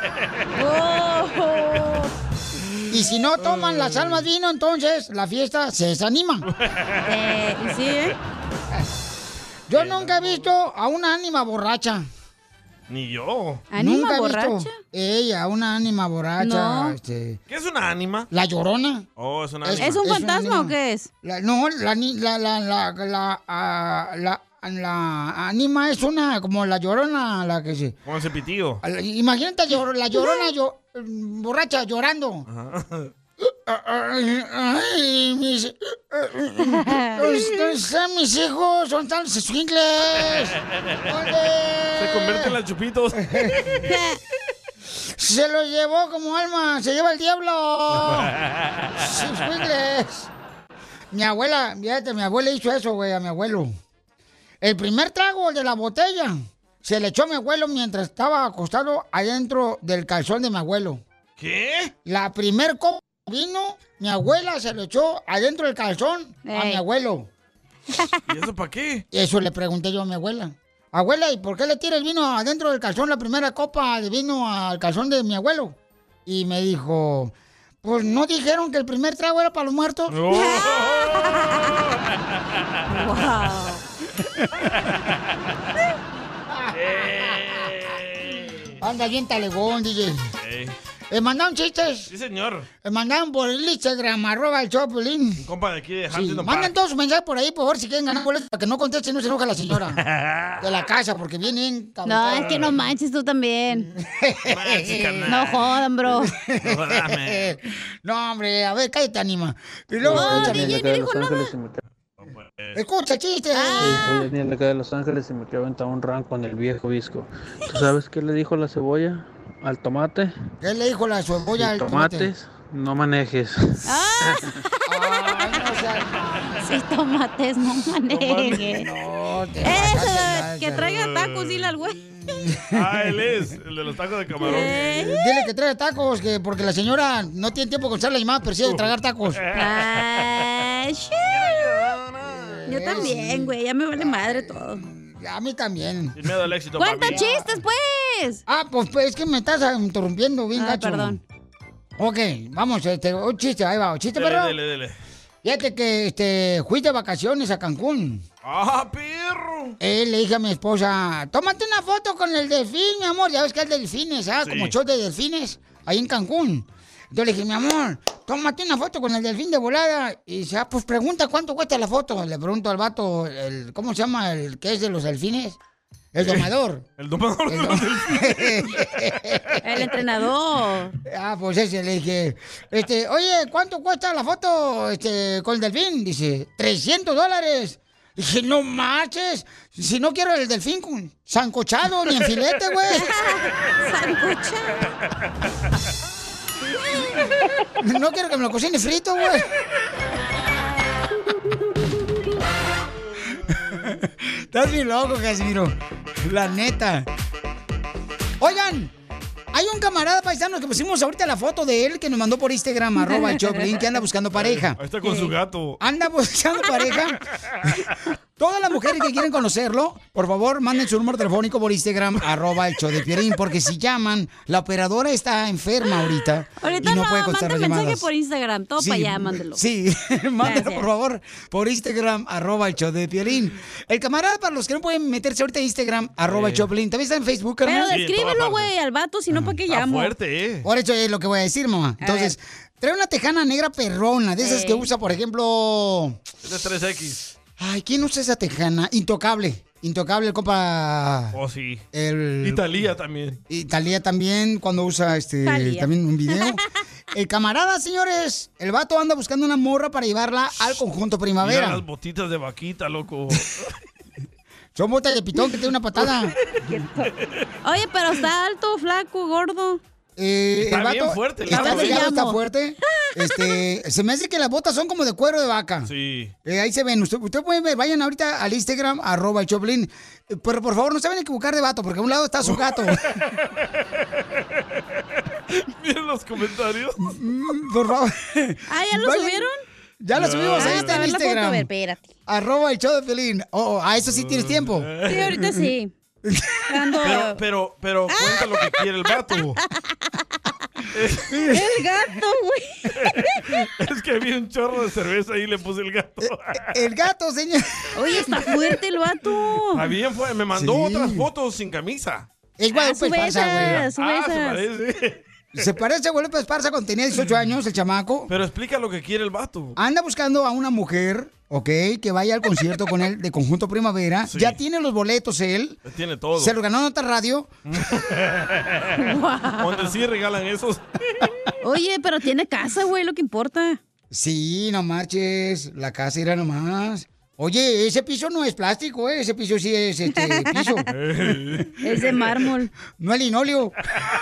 Y si no toman las almas vino, entonces la fiesta se desanima. Eh, y sí, ¿eh? Yo nunca he visto a una ánima borracha. Ni yo. ¿Ánima Nunca he borracha? visto ella, una ánima borracha. No. Este, ¿Qué es una ánima? la Llorona. Oh, es una Es- ánima. ¿Es un una fantasma ánima. o qué es? La- no, la, ni- la, la, la, la, ah, la, la ánima es una, como la Llorona, la que se... Con ese pitillo. Imagínate llor- la Llorona yo, borracha llorando. Ay, ay, mis... ¿Dónde están mis hijos? ¿Dónde están los escuincles? Se convierte en la chupitos. Se los llevó como alma, se lleva el diablo. Sí, escuincles. Mi abuela, fíjate, mi abuela hizo eso, güey, a mi abuelo. El primer trago de la botella se le echó a mi abuelo mientras estaba acostado adentro del calzón de mi abuelo. ¿Qué? La primer copa de vino, mi abuela se lo echó adentro del calzón a Ey. mi abuelo. ¿Y eso para qué? Eso le pregunté yo a mi abuela. Abuela, ¿y por qué le tira el vino adentro del calzón, la primera copa de vino al calzón de mi abuelo? Y me dijo, pues ¿no dijeron que el primer trago era para los muertos? Wow. Anda bien talegón, D J. Ey. ¿Me mandaron chistes? Sí, señor. Me mandaron por el Instagram, arroba el Choplin. Un compa de aquí de Sí, Huntington manden Park. todos sus mensajes por ahí, por favor, si quieren ganar boletos, para que no conteste y no se enoja la señora de la casa, porque viene bien No, cabezada. es que no manches tú también. Manches, carnal. No jodan, bro. No, dame. No, hombre, a ver, cállate, anima. Y luego, No, échale. D J no dijo nada. Escucha, chiste. Ah. Venía acá de Los Ángeles y me quedé aventado un ran con el viejo visco. ¿Tú sabes qué le dijo la cebolla al tomate? ¿Qué le dijo la cebolla Si al tomate? tomates, no manejes. Ah, Ay, no seas mal. sí, tomates, no maneje. No, te Eso, pasaste, que Nacha. traiga tacos, dile al güey. Ah, él es, el de los tacos de camarón. Eh, Dile que trae tacos, que porque la señora no tiene tiempo de contestar la llamada, pero sí de tragar tacos. Ah, shit. Yo también, güey, ya me vale madre todo. A mí también. Sin miedo al éxito, ¡Cuenta papi. chistes, pues! Ah, pues, pues, es que me estás interrumpiendo bien, Ah, gacho. perdón. Ok, vamos, este, un chiste, ahí va, un chiste, Dele, perro. dele, dele. Fíjate que este, fui de vacaciones a Cancún. ¡Ah, perro! Eh, le dije a mi esposa, tómate una foto con el delfín, mi amor. Ya ves que hay delfines, ¿ah? Sí. Como show de delfines, ahí en Cancún. Entonces le dije, mi amor, tómate una foto con el delfín de volada. Y dice, ah, pues pregunta cuánto cuesta la foto. Le pregunto al vato, el, ¿cómo se llama el que es de los delfines? El domador. El domador. El, dom- El entrenador. Ah, pues ese le dije, este, oye, ¿cuánto cuesta la foto este, con el delfín? Dice, trescientos dólares. Dije, no marches, si no quiero el delfín con sancochado ni en filete, güey. Sancochado. No quiero que me lo cocine frito, güey. Estás bien loco, Casimiro. La neta. Oigan, hay un camarada paisano que pusimos ahorita la foto de él que nos mandó por Instagram, arroba el Choplin, que anda buscando pareja. Ahí está con su gato. Anda buscando pareja. Todas las mujeres que quieren conocerlo, por favor, manden su número telefónico por Instagram, arroba el show de Piolín, porque si llaman, la operadora está enferma ahorita. Ahorita y no, no, puede contestar manden las mensaje llamadas. por Instagram, todo Sí, para allá, mándelo. Sí, mándelo Gracias. por favor por Instagram, arroba el show de Piolín. El camarada, para los que no pueden meterse ahorita en Instagram, arroba el Choplin, también está en Facebook, Pero carnal. descríbelo, güey, al vato, si no, ¿para qué llamo? eh. Por eso es lo que voy a decir, mamá. Entonces, trae una tejana negra perrona, de esas Ey. que usa, por ejemplo... Es de tres equis. Ay, ¿quién usa esa tejana? Intocable. Intocable, el compa... Oh, sí. El... Y Talía también. Y Talía también, cuando usa este Thalía. también un video. El camarada, señores, el vato anda buscando una morra para llevarla al conjunto Mira primavera. las botitas de vaquita, loco. Son botas de pitón que tiene una patada. Oye, pero está alto, flaco, gordo. Eh, Está el vato bien fuerte el está gato, delgado, ¿eh? está fuerte. Este, se me hace que las botas son como de cuero de vaca. Sí. Eh, ahí se ven. Usted, usted puede ver, vayan ahorita al Instagram, arroba el Choplin. Eh, Pero por favor, no se van a equivocar de vato, porque a un lado está su gato. Miren los comentarios. Por favor. Ah, ¿ya lo Vayan- subieron? Ya lo subimos, ahí Ah, está a en ver la foto, Instagram. a ver, espérate. Arroba el show de Piolín. Oh, oh, a eso sí tienes tiempo. Sí, ahorita sí. Ando- Pero, pero, pero cuenta lo que quiere el vato. El gato, güey. Es que había un chorro de cerveza y le puse el gato. El gato, señor. Oye, está fuerte el vato. Está bien, fue. Me mandó Sí. otras fotos sin camisa. Es Guadalupe Ah, Esparza, güey. subesas, Ah, se subesas. parece. Se parece a Guadalupe Esparza cuando tenía dieciocho años, el chamaco. Pero explica lo que quiere el vato. Anda buscando a una mujer, ¿ok? Que vaya al concierto con él de Conjunto Primavera. Sí. Ya tiene los boletos él. Tiene todo. Se lo ganó en otra radio. Donde sí regalan esos. Oye, pero tiene casa, güey, lo que importa. Sí, no marches. La casa era nomás. Oye, ese piso no es plástico, ¿eh? Ese piso sí es este piso. Es de mármol. No es linóleo.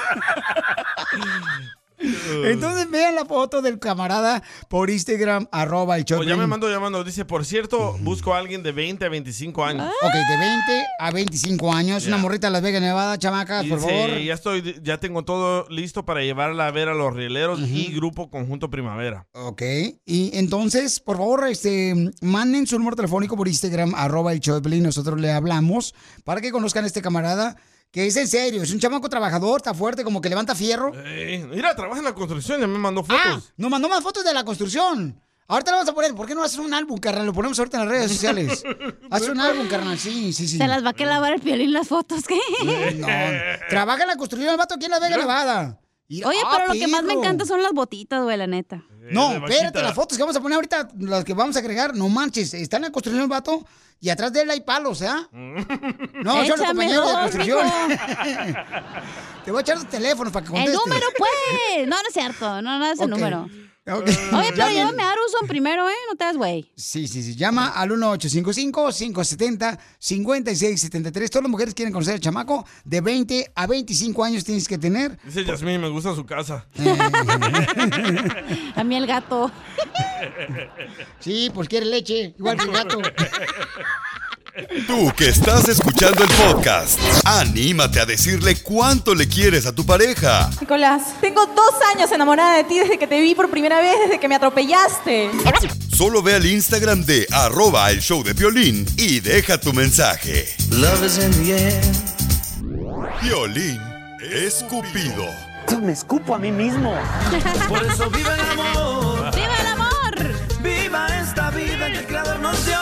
Entonces vean la foto del camarada por Instagram, arroba el O Choplin. ya me mando llamando. Dice, por cierto, busco a alguien de veinte a veinticinco años. Ok, de veinte a veinticinco años. Ya. Una morrita de Las Vegas, Nevada, chamacas, Y por dice, favor. ya estoy, ya tengo todo listo para llevarla a ver a los rieleros y grupo Conjunto Primavera. Ok, y entonces, por favor, este, manden su número telefónico por Instagram, arroba el Choplin, nosotros le hablamos, para que conozcan a este camarada, que es en serio, es un chamaco trabajador, está fuerte, como que levanta fierro. Ey, mira, trabaja en la construcción, ya me mandó Ah, fotos. nos mandó más fotos de la construcción. Ahorita le vamos a poner, ¿por qué no haces un álbum, carnal? Lo ponemos ahorita en las redes sociales. Haz un álbum, carnal, sí, sí, sí. Se las va a que lavar el Piolín las fotos, ¿qué? No, trabaja en la construcción el vato aquí en Las Vegas, Nevada. Y- Oye, ah, pero lo que más me perro. encanta son las botitas, güey, la neta. No, de espérate, vaquita. las fotos que vamos a poner ahorita, las que vamos a agregar, no manches, está en la construcción el vato y atrás de él hay palos, ¿eh? No, yo los Échame compañeros de dos, construcción. mijo. Te voy a echar los teléfonos para que El contestes. número, pues. No, no es cierto. No, no es el Ok. número. Ok. Oye, pero Llamen. llévame a Aruson primero, ¿eh? No te das, güey. Sí, sí, sí. Llama al uno ocho cinco cinco, cinco siete cero, cinco seis siete tres. Todas las mujeres quieren conocer al chamaco. De veinte a veinticinco años tienes que tener. Dice Yasmín, me gusta su casa. A mí el gato. Sí, pues quiere leche, igual que el gato. Tú que estás escuchando el podcast, anímate a decirle cuánto le quieres a tu pareja. Nicolás, tengo dos años enamorada de ti desde que te vi por primera vez, desde que me atropellaste. Solo ve al Instagram de arroba el show de Piolín y deja tu mensaje. Piolín Escupido. Me escupo a mí mismo. Por eso viva el amor. ¡Viva el amor! Viva esta vida que el Creador nos dio.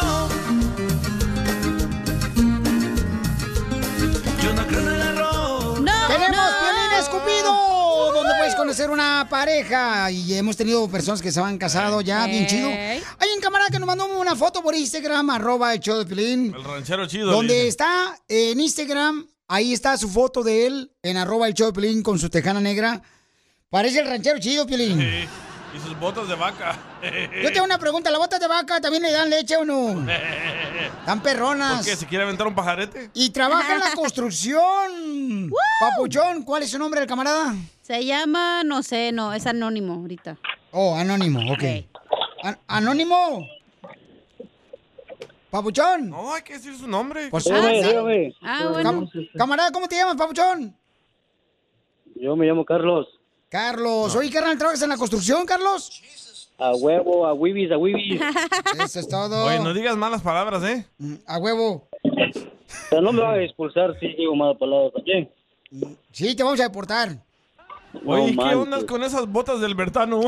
Yo no creo en el error. ¡No! ¡Tenemos no. Piolín Escupido! Donde puedes conocer una pareja. Y hemos tenido personas que se han casado ya, bien chido. Ey. Hay un camarada que nos mandó una foto por Instagram, arroba el show de Piolín. El ranchero chido. Donde dice. está en Instagram, ahí está su foto de él, en arroba el show de Piolín con su tejana negra. Parece el ranchero chido, Piolín. Sí, y sus botas de vaca. Yo tengo una pregunta, ¿las botas de vaca también le dan leche o no? Están perronas. ¿Por qué? ¿Se quiere aventar un pajarete? Y trabaja en la construcción. Papuchón, ¿cuál es su nombre del camarada? Se llama, no sé, no, es anónimo ahorita. Oh, anónimo, ok. An- ¿Anónimo? ¿Papuchón? No, hay que decir su nombre. Pues, Dígame, ah, dígame. Ah, bueno. Cam- camarada, ¿cómo te llamas, Papuchón? Yo me llamo Carlos. Carlos. Oye, carnal, ¿trabajas en la construcción, Carlos? A huevo, a wibis, a wibis. Eso es todo. Oye, no digas malas palabras, ¿eh? A huevo. Pero no me van a expulsar si digo malas palabras también. Sí, te vamos a deportar. Oye, No ¿qué manches. ondas con esas botas del Bertano?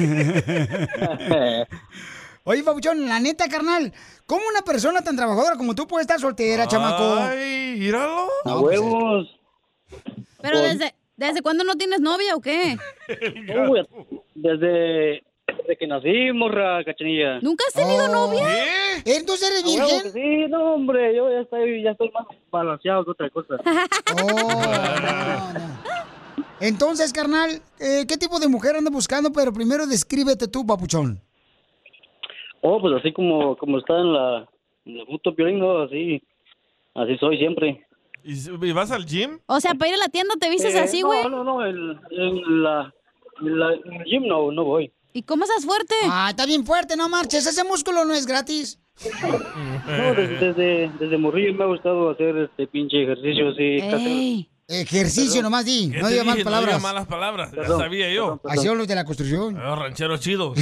Oye, Papuchón, la neta, carnal, ¿cómo una persona tan trabajadora como tú puede estar soltera, chamaco? Ay, míralo. A No, pues, huevos. Pero desde, ¿desde cuándo no tienes novia o qué? No, güey, desde, desde que nací, morra, cachanilla. ¿Nunca has tenido Oh. novia? ¿Qué? ¿Entonces eres A huevo virgen? que sí, no, hombre, yo ya estoy, ya estoy más balanceado que otra cosa. Oh, no, no. Entonces, carnal, eh, ¿qué tipo de mujer andas buscando? Pero primero descríbete tú, Papuchón. Oh, pues así como, como está en la, en la foto Piolín, ¿no? Así, así soy siempre. ¿Y, y vas al gym? O sea, para ir a la tienda te vistes Eh, así, güey. No, no, no, el, el, la, la, en el gym no, no voy. ¿Y cómo estás fuerte? Ah, está bien fuerte, no marches. Ese músculo no es gratis. No, desde, desde, desde morrillo me ha gustado hacer este pinche ejercicio así. Ey. Ejercicio, Perdón. nomás di. ¿Qué No te digas malas dije? No palabras. digas malas palabras. Perdón, ya sabía yo. perdón, Así son los de la construcción. Ah, rancheros chidos.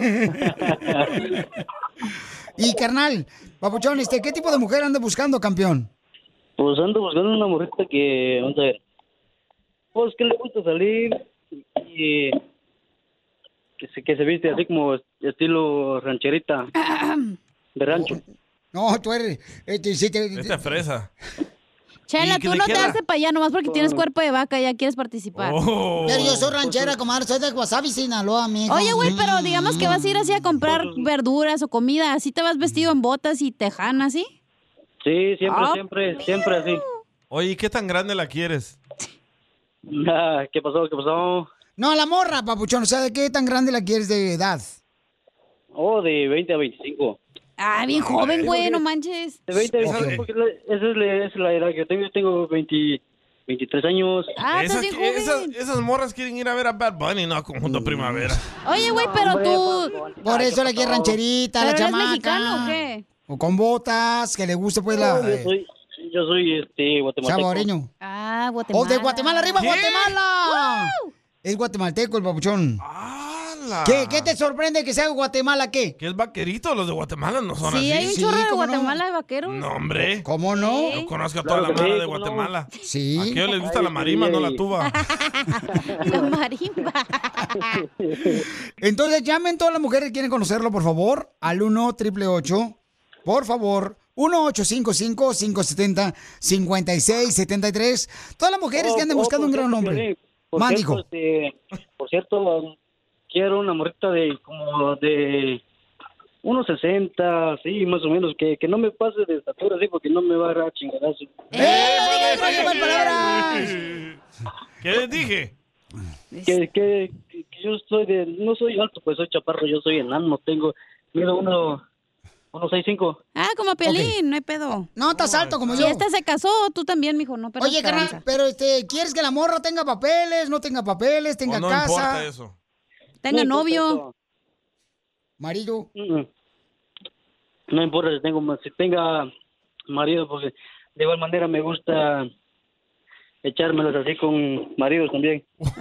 Y, carnal, Papuchón, este, ¿qué tipo de mujer andas buscando, campeón? Pues ando buscando una morrita que, vamos a ver, pues que le gusta salir y que se, que se viste así como estilo rancherita, de rancho. No, tú eres... Este, sí te- Esta fresa. Chela, ¿Y qué tú le no te queda? haces para allá nomás porque tienes cuerpo de vaca y ya quieres participar. Oh. Pero yo soy ranchera, comadre. Soy de Guasave, Sinaloa, mijo. Oye, güey, Mm. pero digamos que vas a ir así a comprar verduras o comida, ¿así te vas vestido en botas y tejana, así? Sí, siempre, Ah, siempre, siempre así. Oye, ¿y qué tan grande la quieres? Ah, ¿qué pasó? ¿Qué pasó? No, la morra, Papuchón. O sea, ¿de qué tan grande la quieres de edad? Oh, de veinte a veinticinco. Ah, bien joven, güey, no manches. De veinte a veinticinco, Ok. porque la- esa es la, esa es la edad que yo tengo. Yo tengo veinte, veintitrés años. Ah, Esas, estás bien que- esas, joven. esas morras quieren ir a ver a Bad Bunny, no a Conjunto Primavera. Oye, güey, pero tú... Por eso la quiere rancherita, la ¿Pero eres chamaca. mexicano o qué? O con botas, que le guste pues la... No, yo soy, yo soy este, guatemalteco. saboreño. Ah, Guatemala. ¡Oh, de Guatemala arriba, ¿Qué? Guatemala! Es guatemalteco el Papuchón. ¡Hala! ¿Qué, ¿Qué te sorprende que sea de Guatemala, qué? ¿Qué es vaquerito? Los de Guatemala no son Sí, así. hay un Sí, chorro de ¿cómo no? Guatemala de vaqueros. No, hombre. ¿Cómo no? Yo conozco a toda Claro la que mara sí, de ¿cómo no? Guatemala. Sí. ¿A qué les gusta Ay, la marima, sí. no la tuba? La marimba. Entonces llamen todas las mujeres que quieren conocerlo, por favor, al uno triple ocho, por favor, uno ocho cinco cinco, cinco siete cero, cinco seis siete tres. Todas las mujeres que anden Oh, oh, buscando por un gran cierto, hombre. Piolín, Por Man, cierto, dijo. este, por cierto, um, quiero una morrita de como de unos sesenta, sí, más o menos, que, que no me pase de estatura, sí, porque no me va a dar chingadazo. ¡Eh, no digas más malas palabras! ¿Qué les dije? Que, que, que yo soy de, no soy alto, pues soy chaparro, yo soy enano, tengo, mido uno, uno seis cinco. Ah, como Pelín, no hay pedo. No, estás alto como Si yo. este se casó, tú también, mijo, no pero Oye, carnal, pero este, ¿quieres que la morra tenga papeles, no tenga papeles, tenga O no casa? importa eso. Tenga No importa novio. eso. Marido. Mm, mm. No importa si tengo, si tenga marido, porque de igual manera me gusta echármelos así con maridos también.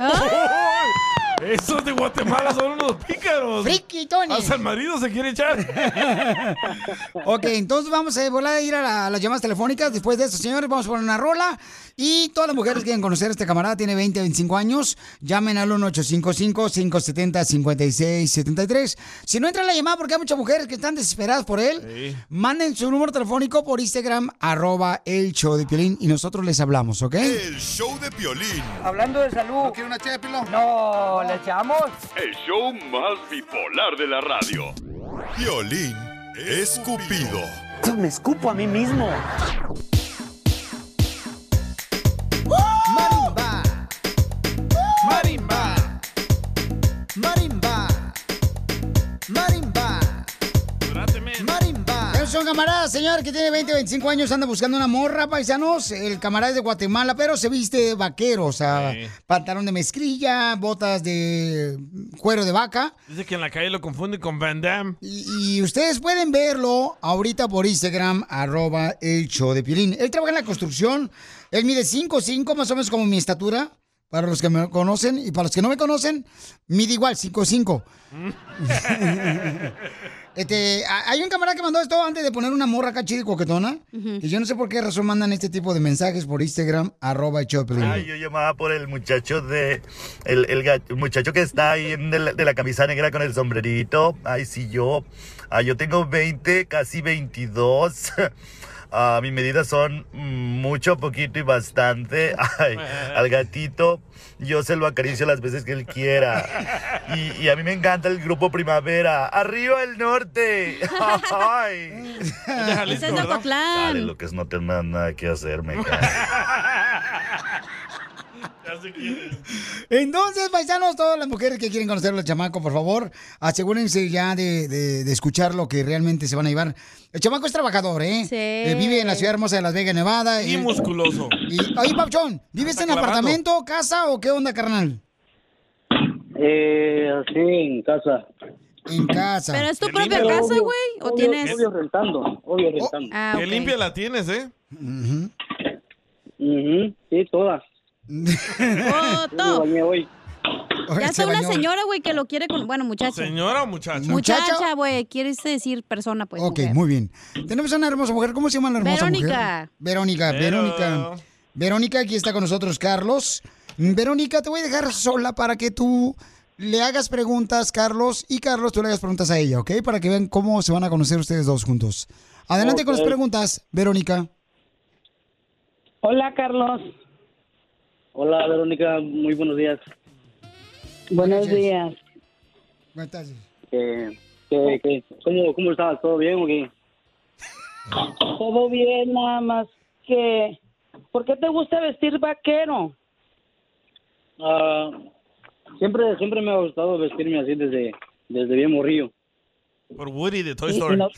Esos de Guatemala son unos pícaros. Friki, Tony. Hasta el marido se quiere echar. Ok, entonces vamos a volar a ir a, la- a las llamadas telefónicas. Después de esto, señores, vamos a poner una rola. Y todas las mujeres que quieren conocer a este camarada, tiene veinte, veinticinco años, llamen al uno ocho cinco cinco, cinco siete cero, cinco seis siete tres. Si no entra la llamada porque hay muchas mujeres que están desesperadas por él, Sí. manden su número telefónico por Instagram, arroba el show de Piolín, y nosotros les hablamos, ¿ok? El show de Piolín. Hablando de salud. ¿No quiere una ché de pilón? No, ¿le echamos? El show más bipolar de la radio. Piolín Escupido. Me escupo a mí mismo. Marimba. Marimba. Marimba. Marimba. Marimba. Es un camarada, señor, que tiene veinte, veinticinco años, anda buscando una morra, paisanos. El camarada es de Guatemala, pero se viste de vaquero, o sea, sí. Pantalón de mezclilla, botas de cuero de vaca. Dice que en la calle lo confunde con Van Damme. Y, y ustedes pueden verlo ahorita por Instagram, arroba el show de Piolín. Él trabaja en la construcción, él mide cinco cinco, más o menos como mi estatura. Para los que me conocen y para los que no me conocen, mide igual, cinco cinco. Este, hay un camarada que mandó esto antes de poner una morra acá chida y coquetona. Uh-huh. Y yo no sé por qué razón mandan este tipo de mensajes por Instagram, arroba el show de Piolín. Ay, yo llamaba por el muchacho de... El, el, el muchacho que está ahí en de, la, de la camisa negra con el sombrerito. Ay, sí, yo... Ah, yo tengo veinte, casi veintidós. Uh, mis medidas son mucho, poquito y bastante. Ay, al gatito yo se lo acaricio las veces que él quiera. Y, y a mí me encanta el grupo Primavera. ¡Arriba el norte! ¡Ay! Ese es de Ocotlán. Dale, lo que es no tener nada que hacer, me cae. Entonces, paisanos, todas las mujeres que quieren conocer al chamaco, por favor, asegúrense ya de, de, de escuchar lo que realmente se van a llevar. El chamaco es trabajador, ¿eh? Sí. Eh, vive en la ciudad hermosa de Las Vegas, Nevada. Y, y musculoso. Y, oye, Pauchón, ¿vives en clavando. apartamento, casa o qué onda, carnal? Eh, sí, en casa. En casa. ¿Pero es tu Qué propia limpio. casa, güey? ¿O Obvio, tienes...? obvio rentando, obvio rentando. Ah, Qué ok. limpia la tienes, ¿eh? Uh-huh. Uh-huh, sí, toda. ¡Foto! Me bañé hoy. Ya está una señora, güey, que lo quiere con... Bueno, muchacha. ¿Señora o muchacha? Muchacha, güey. Quieres decir persona, pues. Ok, mujer. muy bien. Tenemos a una hermosa mujer. ¿Cómo se llama la hermosa Verónica. mujer? Verónica. Pero- Verónica. Verónica, aquí está con nosotros Carlos. Verónica, te voy a dejar sola para que tú le hagas preguntas, Carlos, y Carlos, tú le hagas preguntas a ella, ¿ok? Para que vean cómo se van a conocer ustedes dos juntos. Adelante Ok. con las preguntas, Verónica. Hola, Carlos. Hola, Verónica, muy buenos días. Buenos días. Buenas tardes. Eh, ¿qué- qué- ¿Cómo, ¿Cómo estás? ¿Todo bien o qué? Todo bien, nada más que... ¿Por qué te gusta vestir vaquero? Ah, siempre, siempre me ha gustado vestirme así desde, desde bien morrillo. Por Woody de Toy Y- Story. y no-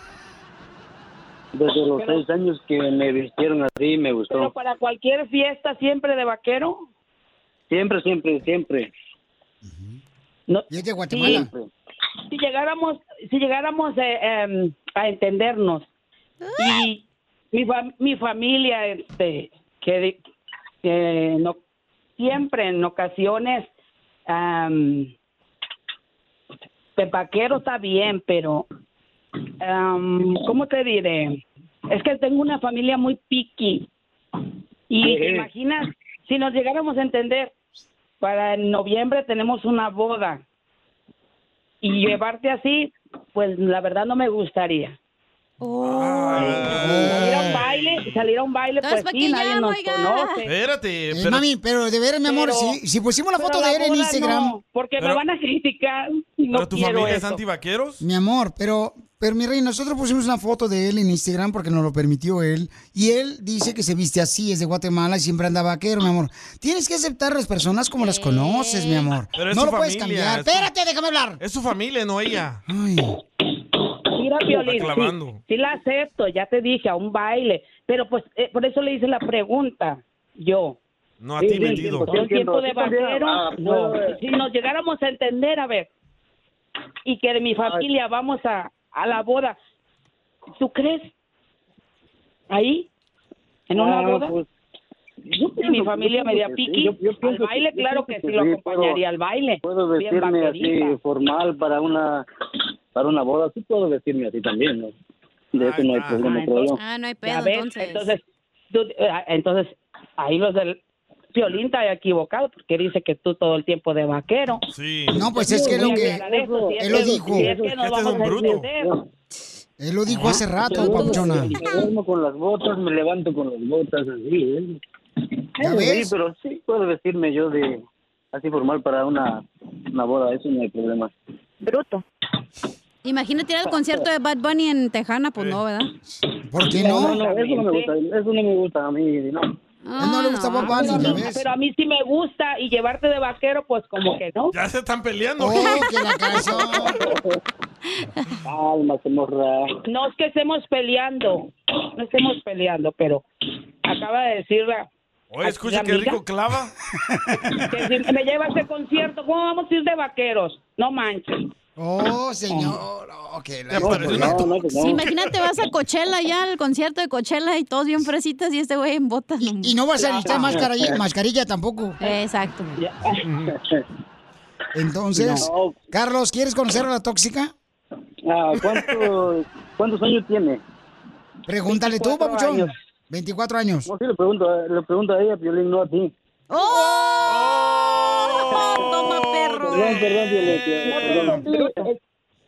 Desde los Pero- seis años que me vistieron así, me gustó. Pero para cualquier fiesta siempre de vaquero. Siempre, siempre, siempre. No, ¿Y es de Guatemala? siempre. si llegáramos, si llegáramos eh, em, a entendernos y mi, fam- mi familia, este, que, que no siempre en ocasiones am, de vaquero está bien, pero am, ¿cómo te diré? Es que tengo una familia muy picky y Sí. te imaginas si nos llegáramos a entender. Para en noviembre tenemos una boda. Y llevarte así, pues la verdad no me gustaría. Salir a un baile, salir a un baile, Entonces, pues ¿para sí, qué nadie llamo, nos oiga? conoce. Espérate, Eh, pero... mami, pero de veras, mi amor, Pero- si, si pusimos la Pero foto la de él en boda Instagram... no, porque Pero- me van a criticar. y No ¿Pero tu quiero familia es eso. antivaqueros? Mi amor, pero, pero mi rey, nosotros pusimos una foto de él en Instagram porque nos lo permitió él. Y él dice que se viste así, es de Guatemala y siempre anda vaquero, mi amor. Tienes que aceptar a las personas como las conoces, mi amor. Pero es no su lo puedes familia, cambiar. es su- Espérate, déjame hablar. Es su familia, no ella. Ay, Mira, Piolín, Está clavando. sí, sí la acepto, ya te dije, a un baile. Pero pues eh, por eso le hice la pregunta, yo. No a Sí, ti, sí, metido. entiendo. Un tiempo de sí, también, vaquero, ah, no. puede- Si nos llegáramos a entender, a ver, y que de mi familia vamos a, a la boda, ¿tú crees? ¿Ahí? ¿En una Ah, boda? pues, yo Y pienso- mi familia yo media pienso que sí, piqui, yo- yo al pienso baile, yo claro pienso que sí lo sí, acompañaría puedo- al baile. Puedo bien vestirme así vaquerita. formal para una para una boda, sí puedo vestirme así también, ¿no? De eso no hay Ah, problema, ah, creo yo. Ah, no hay Ya pedo, ves, entonces. entonces, tú- eh, entonces, ahí los del Piolín está equivocado porque dice que tú todo el tiempo de vaquero. Sí. no, pues es que es lo Voy a que... aclarar eso, si es él lo que- dijo. si es que nos Este es vamos un a bruto. entender. Él lo dijo hace rato, Me duermo- papuchona. me duermo con las botas, me levanto con las botas, así, ¿eh? ¿Ya Sí, ves? pero sí puedo vestirme yo de así formal para una, una boda, eso no hay problema. Bruto. Imagínate ir al concierto de Bad Bunny en Tejana, pues no, ¿verdad? ¿Por qué No, no? no, eso no me gusta, eso no me gusta a mí, no. A él no le gusta Bad Bunny, pero, a ¿ya mí, ves? pero a mí sí me gusta y llevarte de vaquero, pues como que no. Ya se están peleando. Oh, que la canción. Cálmate, morra. No es que estemos peleando, no estemos peleando, pero acaba de decir la... Oye, escucha qué rico clava. Que si me lleva a ese concierto, ¿cómo vamos a ir de vaqueros? No manches. Oh, señor. Oh, que la... No, no, no, no. Sí, imagínate, vas a Coachella ya, al concierto de Coachella y todos bien fresitas y este güey en botas. Y, y no vas a necesitar mascarilla, mascarilla tampoco. Exacto. Entonces, No. Carlos, ¿quieres conocer a la tóxica? Ah, ¿cuánto, ¿Cuántos años tiene? Pregúntale tú, veinticuatro papuchón. años. veinticuatro años. No, sí, le pregunto, le pregunto a ella, Piolín, no a ti. ¡Oh! ¡Toma, perro! Perdón, perdón, Piolín, perdón.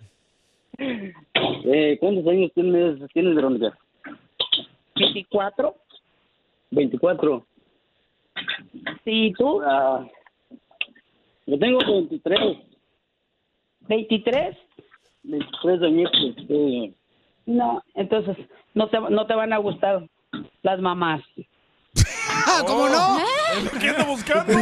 Eh, ¿Cuántos años tienes, tienes, Verónica? veinticuatro. veinticuatro. Sí, ¿tú? Ah, yo tengo veintitrés. ¿veintitrés? veintitrés años, sí. No, entonces no te, no te van a gustar las mamás. ¿Cómo no? Es lo que ando buscando.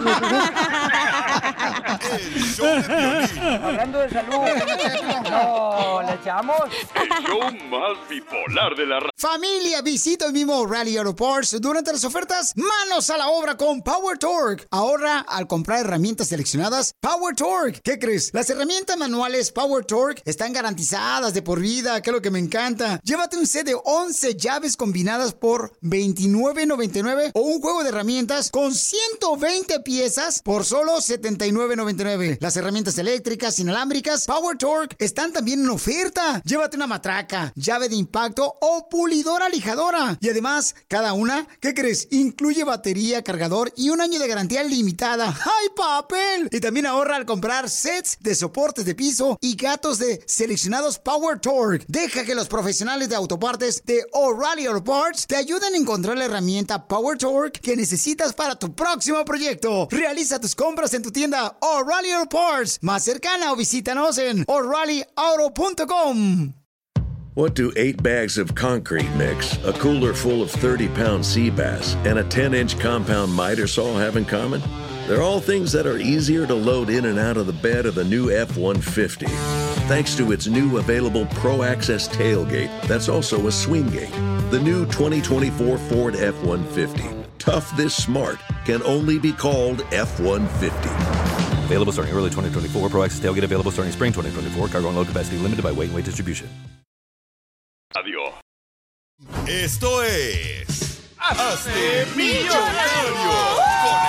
El show de Piolín. Hablando de salud. No, ¿le echamos? El show más bipolar de la radio. Familia, visita el mismo Rally Auto Parts durante las ofertas. Manos a la obra con Power Torque. Ahorra al comprar herramientas seleccionadas Power Torque. ¿Qué crees? Las herramientas manuales Power Torque están garantizadas de por vida, que es lo que me encanta. Llévate un set de once llaves combinadas por veintinueve noventa y nueve o un juego de herramientas con ciento veinte piezas por solo setenta y nueve noventa y nueve. Las herramientas eléctricas inalámbricas Power Torque están también en oferta. Llévate una matraca, llave de impacto o pulidora lijadora. Y además, cada una, ¿qué crees? Incluye batería, cargador y un año de garantía limitada. ¡Ay, papel! Y también ahorra al comprar sets de soportes de piso y gatos de seleccionados Power Torque. Deja que los profesionales de autopartes de O'Reilly Auto Parts te ayuden a encontrar la herramienta Power Torque que necesitas para tu próximo proyecto. Realiza tus compras en tu tienda O'Reilly Auto Parts más cercana o visítanos en O'Reilly Auto punto com. What do eight bags of concrete mix, a cooler full of thirty-pound sea bass, and a ten-inch compound miter saw have in common? They're all things that are easier to load in and out of the bed of the new F one fifty. Thanks to its new available Pro Access tailgate that's also a swing gate. The new twenty twenty-four Ford F one fifty. Tough this smart can only be called F one fifty. Available starting early twenty twenty-four. Pro Access tailgate available starting spring twenty twenty-four. Cargo and load capacity limited by weight and weight distribution. Radio. Esto es... ¡Hazte millonario! Con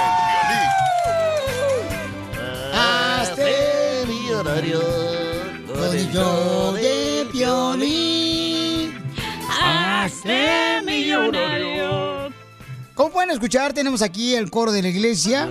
el Hazte millonario con el show de Piolín. Hazte millonario. Como pueden escuchar, tenemos aquí el coro de la iglesia.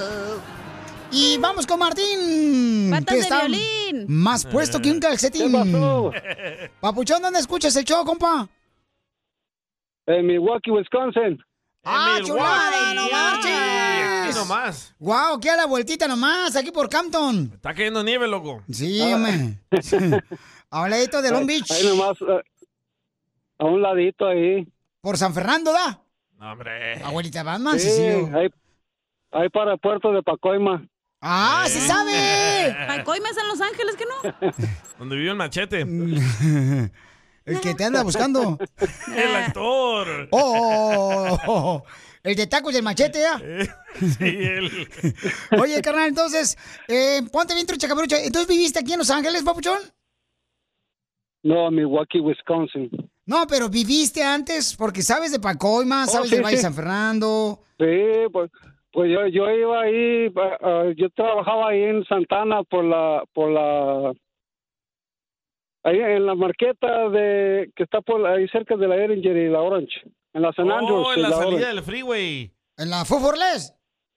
Y vamos con Martín. Patas que de está violín. más puesto que un calcetín. ¿Qué pasó? Papuchón, ¿dónde escuchas el show, compa? En Milwaukee, Wisconsin. ¡Ah, chulada, no Aquí marches! nomás. ¡Guau, qué a la vueltita nomás! Aquí por Campton. Está cayendo nieve, loco. Sí, hombre. A un ladito de Long Beach. Ahí nomás, eh, a un ladito ahí. Por San Fernando, ¿da? No, hombre. Abuelita Batman, sí, Sí, sí. ahí, ahí para el puerto de Pacoima. ¡Ah, sí sabe! Pacoima es en Los Ángeles, ¿que no? Donde vive el machete. El que te anda buscando. El actor. Oh, oh, oh, oh. El de tacos del machete, ¿ya? Sí, él. Oye, carnal, entonces, eh, ponte bien trucha, caperucha. ¿Entonces viviste aquí en Los Ángeles, papuchón? No, Milwaukee, Wisconsin. No, pero viviste antes porque sabes de Pacoima, Oh, sabes sí, del Valle sí. San Fernando. Sí, pues, pues yo, yo iba ahí, uh, yo trabajaba ahí en Santana por la, por la, ahí en la marqueta de, que está por ahí cerca de la Eringer y la Orange, en la San Andrews. Oh, y en la salida Orange. del freeway. ¿En la Foforles?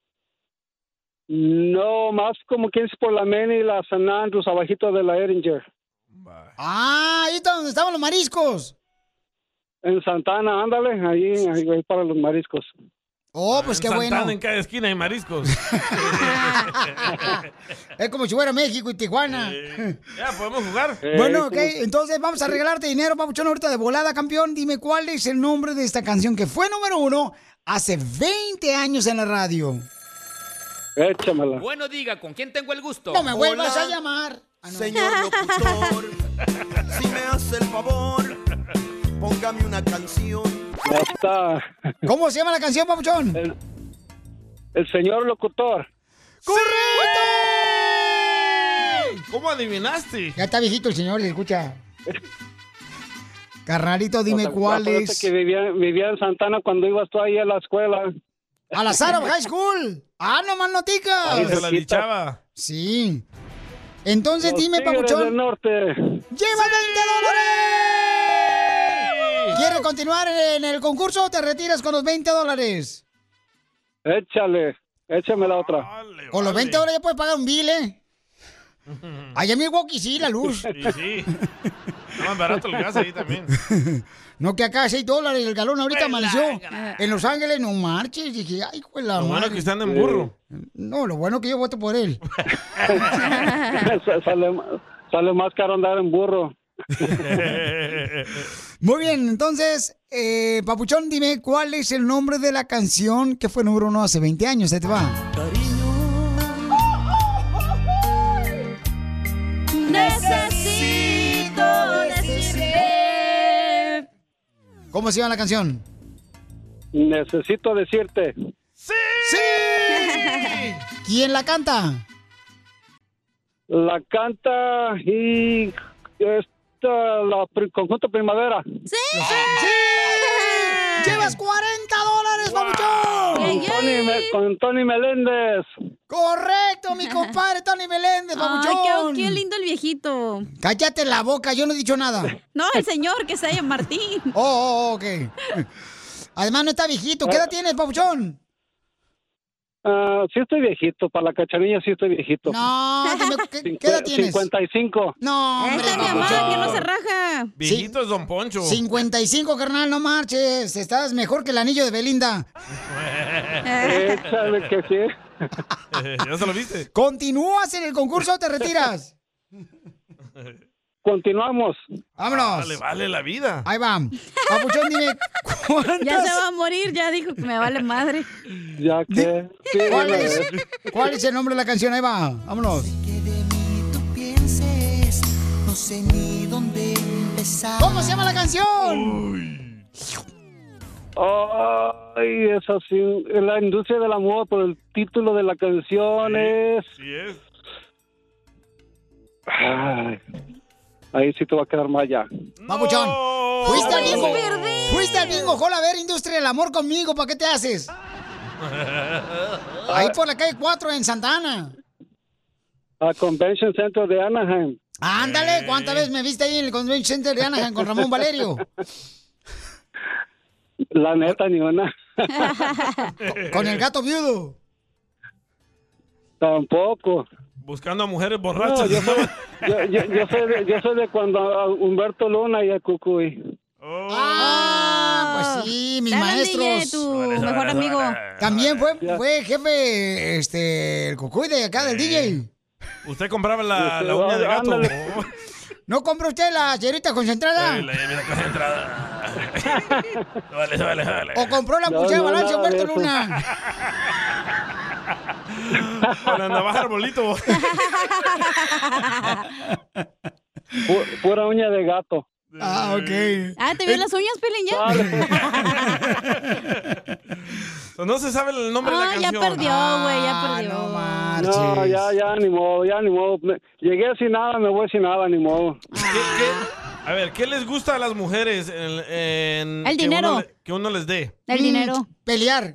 No, más como que es por la Main y la San Andrews, abajito de la Eringer. Ah, ahí está donde estaban los mariscos. En Santana, ándale, ahí, ahí, ahí para los mariscos. Oh, pues qué En Santana, bueno. en cada esquina hay mariscos. Es como si fuera México y Tijuana. Ya, podemos jugar. Bueno, ok, entonces vamos a regalarte dinero, papuchón, ahorita de volada, campeón. Dime cuál es el nombre de esta canción que fue número uno hace veinte años en la radio. Échamela. Bueno, diga, ¿con quién tengo el gusto? No me vuelvas Hola, a llamar. Ah, no. Señor locutor, si me hace el favor, póngame una canción. Ya está. ¿Cómo se llama la canción, papuchón? El, el señor locutor. ¡Correcto! ¿Cómo adivinaste? Ya está viejito el señor, le escucha. Carnalito, dime O sea, cuál acuérdate es. que vivía, vivía en Santana cuando ibas tú ahí a la escuela. A la Sarah High School. Ah, no más noticas. Ahí se la lichaba. Sí. Entonces Los dime, Tigres papuchón. del Norte. ¡Lleva veinte dólares! ¿Quieres continuar en el concurso o te retiras con los veinte dólares? Échale, échame la otra. Con los veinte dólares ya puedes pagar un bill, ¿eh? Allá en Milwaukee sí, la luz. Sí, sí. Está más barato el gas ahí también. No, que acá seis dólares el galón ahorita amaneció. En Los Ángeles, no marches. Dije, ay, pues la Lo bueno madre. que usted anda en burro. No, lo bueno que yo voto por él. sale, sale más caro andar en burro. Muy bien, entonces, eh, Papuchón, dime cuál es el nombre de la canción que fue número uno hace veinte años. Ahí te va. Necesito decirte. ¿Cómo se llama la canción? Necesito decirte. ¡Sí! ¿Quién la canta? La canta y esta, la pri- conjunto Primavera. ¡Sí! ¡Sí! ¡Llevas cuarenta dólares, Papuchón! Con Tony, Me- con Tony Meléndez. ¡Correcto, mi compadre Tony Meléndez, Papuchón! Ay, qué, qué lindo el viejito. Cállate la boca, yo no he dicho nada. No, el señor que se llama Martín. Oh, oh, ok. Además no está viejito. ¿Qué edad tienes, Papuchón? Ah, sí estoy viejito, para la cachanilla sí estoy viejito. No, dime, ¿qué, qué edad tienes? cincuenta y cinco. No, hombre, Esta es mi mamá, Papuchón. que no se raja. Viejito es Don Poncho. cincuenta y cinco, carnal, no marches. Estás mejor que el anillo de Belinda. Échale que sí. ¿Ya se lo viste? ¿Continúas en el concurso o te retiras? Continuamos. Vámonos. Vale, vale la vida. Ahí va. Papuchón, dime, ¿cuántas? Ya se va a morir, ya dijo que me vale madre. Ya que. Sí, ¿Cuál una es? vez. ¿Cuál es el nombre de la canción? Ahí va. Vámonos. Pienses, no sé ni dónde empezar. ¿Cómo se llama la canción? Ay, es así. La industria del amor, por el título de la canción es. Sí es. Ay, ahí sí te va a quedar mal ya. Papuchón, fuiste al bingo. Perdí. Fuiste al bingo hall a ver Industria del Amor conmigo. ¿Para qué te haces? Ahí por la calle cuatro en Santa Ana. A Convention Center de Anaheim. Ándale, ¿cuántas veces me viste ahí en el Convention Center de Anaheim con Ramón Valerio? La neta, ni una. Con el gato viudo. Tampoco. Buscando a mujeres No, borrachas. yo, soy, yo, yo, yo soy de, yo soy de cuando a Humberto Luna y a Cucuy. Ah, pues sí, mis Dale, maestros. D J, tu mejor amigo. También fue, fue jefe, este, el cucuy de acá del D J. Usted compraba la, la uña de gato. Ándale. ¿No compró usted la hierita concentrada? Ay, la la concentrada. Vale, vale, vale. ¿O compró la No, pulsera no, balance nada de Humberto eso. Luna? Con la navaja arbolito. Pu- pura uña de gato. Ah, ok. Ah, ¿te ven las uñas, Pelín, ya? No se sabe el nombre Ah, de la ya canción. perdió, güey, ya Ah, perdió. no marches. No, ya, ya, ni modo, ya, ni modo. Me- Llegué sin nada, me voy sin nada, ni modo. ¿Qué, qué? A ver, ¿qué les gusta a las mujeres en, en- El que dinero. uno le- que uno les dé? El dinero. Mm, Pelear.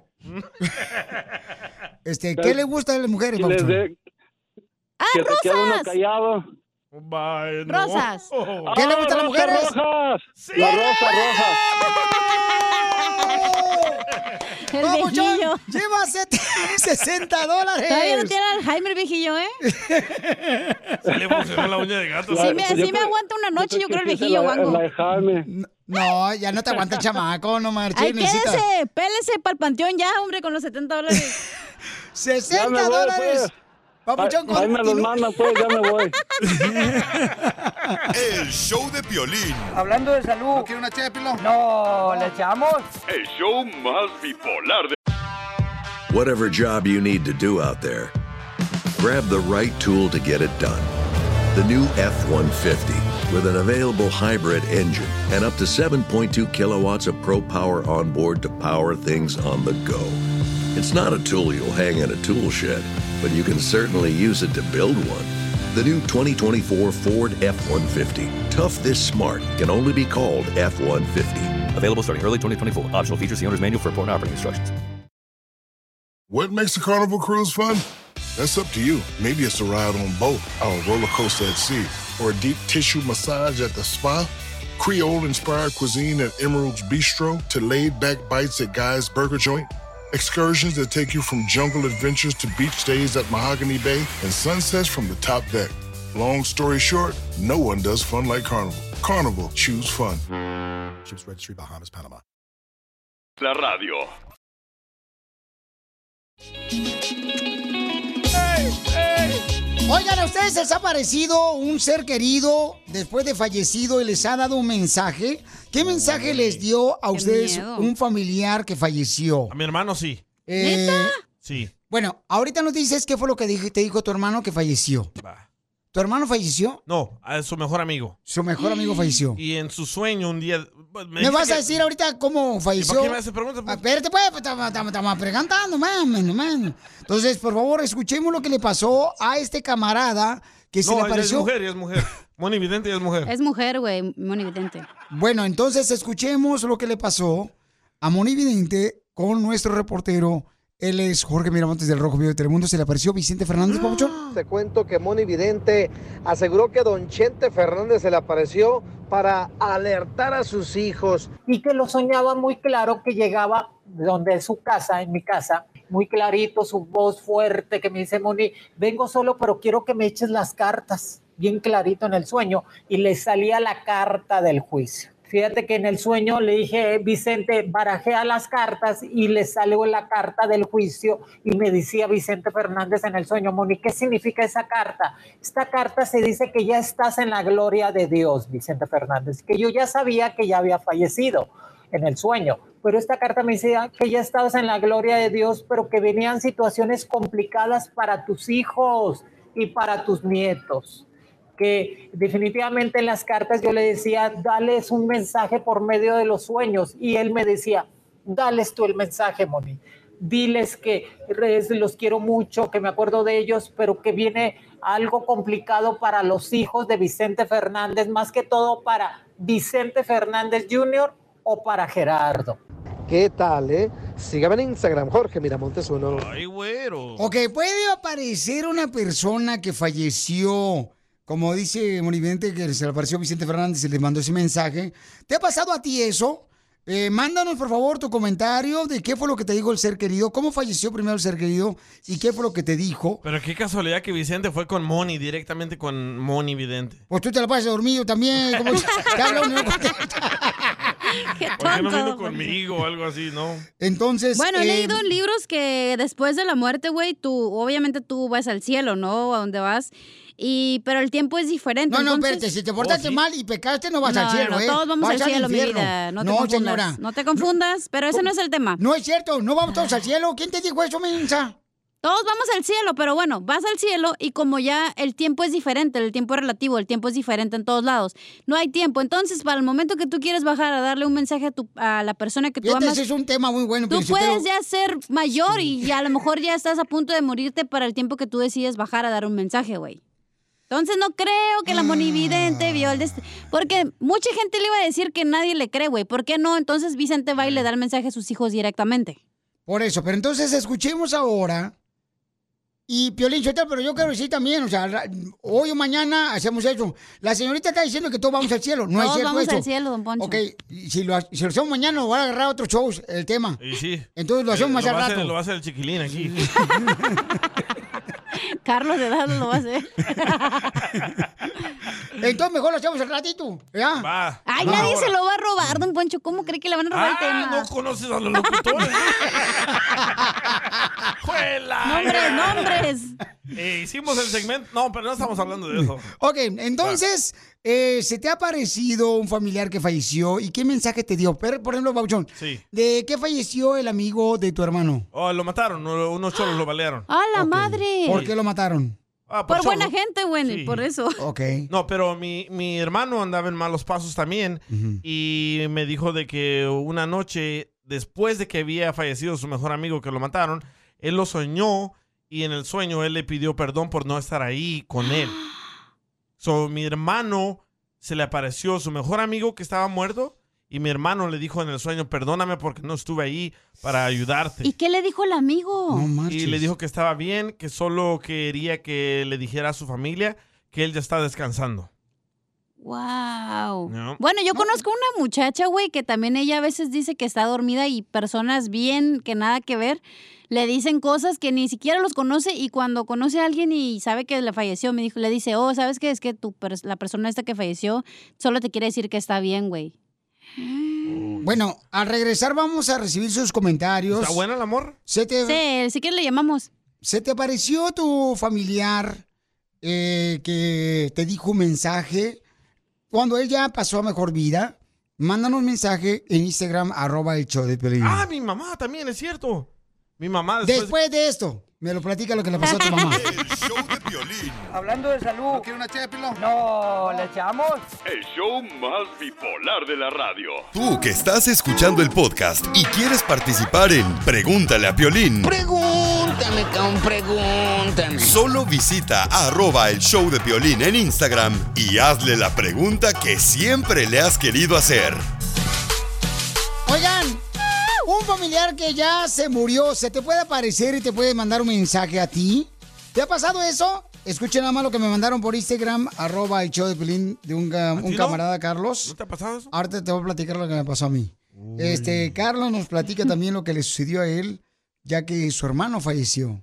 Este, ¿qué le gusta a las mujeres, Que les papuchón? dé- ¡Ah, que se quede uno rosas! callado. Bye, no. Rosas. Oh. ¿Qué le gusta a las Ah, mujeres? rosas rojas. La rosa roja. Papuchón, viejillo. lleva sesenta dólares. Todavía no tiene Alzheimer, viejillo, ¿eh? Se le funcionó la uña de gato. Sí, me, sí me aguanta una noche, yo creo, el viejillo, guango. No, ya no te aguanta el chamaco, no marches. Ay, necesita- quédese, pélese para el panteón ya, hombre, con los setenta dólares. ¡sesenta dólares! Papuchón, Ahí me los continúa. mandan, pues, ya me voy. El show de Piolín. Hablando de salud. ¿No quiere una ché de pilón? No, ¿le echamos? El show más bipolar de... Whatever job you need to do out there, grab the right tool to get it done. The new F one fifty with an available hybrid engine and up to seven point two kilowatts of Pro Power on board to power things on the go. It's not a tool you'll hang in a tool shed, but you can certainly use it to build one. The new twenty twenty-four Ford F one fifty. Tough this smart can only be called F one fifty. Available starting early twenty twenty-four. Optional features, the owner's manual for important operating instructions. What makes a Carnival cruise fun? That's up to you. Maybe it's a ride on boat, a roller coaster at sea, or a deep tissue massage at the spa. Creole-inspired cuisine at Emerald's Bistro to laid-back bites at Guy's Burger Joint. Excursions that take you from jungle adventures to beach stays at Mahogany Bay and sunsets from the top deck. Long story short, no one does fun like Carnival. Carnival, choose fun. Ships Registry, Bahamas, Panama. La radio. Oigan, ¿a ustedes les ha parecido un ser querido después de fallecido y les ha dado un mensaje? ¿Qué mensaje les dio a ustedes miedo. un familiar que falleció? A mi hermano sí. Eh, Sí. Bueno, ahorita nos dices qué fue lo que dij- te dijo tu hermano que falleció. ¿Tu hermano falleció? No, a su mejor amigo. Su mejor amigo falleció. Y en su sueño un día... ¿Me, dice vas a que- decir ahorita cómo falleció? ¿Y para qué me hace preguntas? Ah, espérate, pues, pues, estamos estamos- estamos preguntando, man, man. Entonces, por favor, escuchemos lo que le pasó a este camarada que se No, le ella es apareció. mujer, ella es mujer. Moni Vidente ella es mujer. Es mujer, güey, monividente. Bueno, entonces escuchemos lo que le pasó a Moni Vidente con nuestro reportero. Él es Jorge Miramontes del Rojo Vivo de Telemundo. Se le apareció Vicente Fernández, Papuchón. Te cuento que Moni Vidente aseguró que don Chente Fernández se le apareció para alertar a sus hijos. Y que lo soñaba muy claro, que llegaba donde es su casa, en mi casa, muy clarito, su voz fuerte, que me dice: Moni, vengo solo, pero quiero que me eches las cartas, bien clarito en el sueño, y le salía la carta del juicio. Fíjate que en el sueño le dije: Vicente, barajea las cartas, y le salió la carta del juicio, y me decía Vicente Fernández en el sueño: Moni, ¿qué significa esa carta? Esta carta se dice que ya estás en la gloria de Dios, Vicente Fernández, que yo ya sabía que ya había fallecido en el sueño, pero esta carta me decía que ya estabas en la gloria de Dios, pero que venían situaciones complicadas para tus hijos y para tus nietos, que definitivamente en las cartas yo le decía: dales un mensaje por medio de los sueños, y él me decía: dales tú el mensaje, Moni, diles que los quiero mucho, que me acuerdo de ellos, pero que viene algo complicado para los hijos de Vicente Fernández, más que todo para Vicente Fernández junior o para Gerardo. ¿Qué tal, eh? Sígame en Instagram, Jorge Miramontes uno. Ay, güero. Ok, puede aparecer una persona que falleció, como dice Monividente, que se le apareció Vicente Fernández y le mandó ese mensaje. ¿Te ha pasado a ti eso? Eh, mándanos, por favor, tu comentario de qué fue lo que te dijo el ser querido, cómo falleció primero el ser querido y qué fue lo que te dijo. Pero qué casualidad que Vicente fue con Moni, directamente con Moni Vidente. Pues tú te la pasas dormido también. ¿Cómo te habla uno? ¿Por qué no vino conmigo o algo así, no? Entonces, Bueno, he eh, leído en libros que después de la muerte, güey, tú, obviamente tú vas al cielo, ¿no? A donde vas. Y, pero el tiempo es diferente. No, no, entonces- espérate, si te portaste mal y pecaste, no vas No, al cielo, no, ¿eh? todos vamos Vas al cielo, mi infierno. vida. No te no, confundas. señora. No te confundas, pero ese no es el tema. No es cierto, no vamos todos al cielo. ¿Quién te dijo eso, mensa? Todos vamos al cielo, pero bueno, vas al cielo y como ya el tiempo es diferente, el tiempo es relativo, el tiempo es diferente en todos lados. No hay tiempo. Entonces, para el momento que tú quieres bajar a darle un mensaje a, tu, a la persona que tú Fíjate, amas, ese es un tema muy bueno. tú Piolinsotelo. puedes ya ser mayor y ya a lo mejor ya estás a punto de morirte para el tiempo que tú decides bajar a dar un mensaje, güey. Entonces no creo que la monividente vio el dest- porque mucha gente le iba a decir que nadie le cree, güey. ¿Por qué no? Entonces Vicente va y le da el mensaje a sus hijos directamente. Por eso, pero entonces escuchemos ahora Y Piolín, Sotelo, pero yo quiero decir también, o sea, ra- hoy o mañana hacemos eso. La señorita está diciendo que todos vamos al cielo, no es Todos cierto vamos eso. al cielo, don Poncho. Ok, y si lo, si lo hacemos mañana, nos van a agarrar otros shows, el tema. Y sí. Entonces lo hacemos más lo al va a rato. hacer- Lo va a hacer el chiquilín aquí. Carlos de edad lo va a hacer. Entonces mejor lo hacemos al ratito, ¿ya? Va. Ay, Va nadie ahora. se lo va a robar, don Poncho. ¿Cómo cree que le van a robar el tema? Ah, no conoces a los locutores. ¡Juela! Nombres, nombres. Eh, hicimos el segmento. No, pero no estamos hablando de eso. Ok, entonces, eh, ¿se te ha parecido un familiar que falleció y qué mensaje te dio? Pero, por ejemplo, Bauchón, Sí. ¿de qué falleció el amigo de tu hermano? Oh, lo mataron. uno- Unos cholos lo balearon. ¡A la madre! ¿Por qué lo mataron? Ah, Por cholo. buena gente, güey, Sí. por eso. Ok. No, pero mi, mi hermano andaba en malos pasos también y me dijo de que una noche, después de que había fallecido su mejor amigo que lo mataron, él lo soñó y en el sueño él le pidió perdón por no estar ahí con él. So, mi hermano se le apareció su mejor amigo que estaba muerto y mi hermano le dijo en el sueño, perdóname porque no estuve ahí para ayudarte. ¿Y qué le dijo el amigo? Y le dijo que estaba bien, que solo quería que le dijera a su familia que él ya está descansando. Wow. No. Bueno, yo conozco una muchacha, güey, que también ella a veces dice que está dormida y personas bien que nada que ver le dicen cosas que ni siquiera los conoce y cuando conoce a alguien y sabe que le falleció, me dijo, le dice, oh, ¿sabes qué? Es que tu pers- la persona esta que falleció solo te quiere decir que está bien, güey. Bueno, al regresar vamos a recibir sus comentarios. ¿Está buena el amor? ¿Se te, Sí, si quieres le llamamos. ¿Se te apareció tu familiar eh, que te dijo un mensaje cuando él ya pasó a mejor vida? Mándanos mensaje en Instagram, arroba el show de Piolín. Ah, mi mamá también, es cierto. Mi mamá después... Después de esto, me lo platica lo que le pasó a tu mamá. Hablando de salud. ¿No quiere una ché de pilón? No, ¿le echamos? El show más bipolar de la radio. Tú que estás escuchando el podcast y quieres participar en Pregúntale a Piolín, Pregúntame, cabrón, pregúntame. solo visita arroba el show de Piolín en Instagram y hazle la pregunta que siempre le has querido hacer. Oigan, un familiar que ya se murió, ¿se te puede aparecer y te puede mandar un mensaje a ti? ¿Te ha pasado eso? Escuchen nada más lo que me mandaron por Instagram, arroba el show de Piolín, de un, ca- un no? camarada, Carlos. ¿No te ha pasado eso? Ahorita te voy a platicar lo que me pasó a mí. Este, Carlos nos platica también lo que le sucedió a él, ya que su hermano falleció.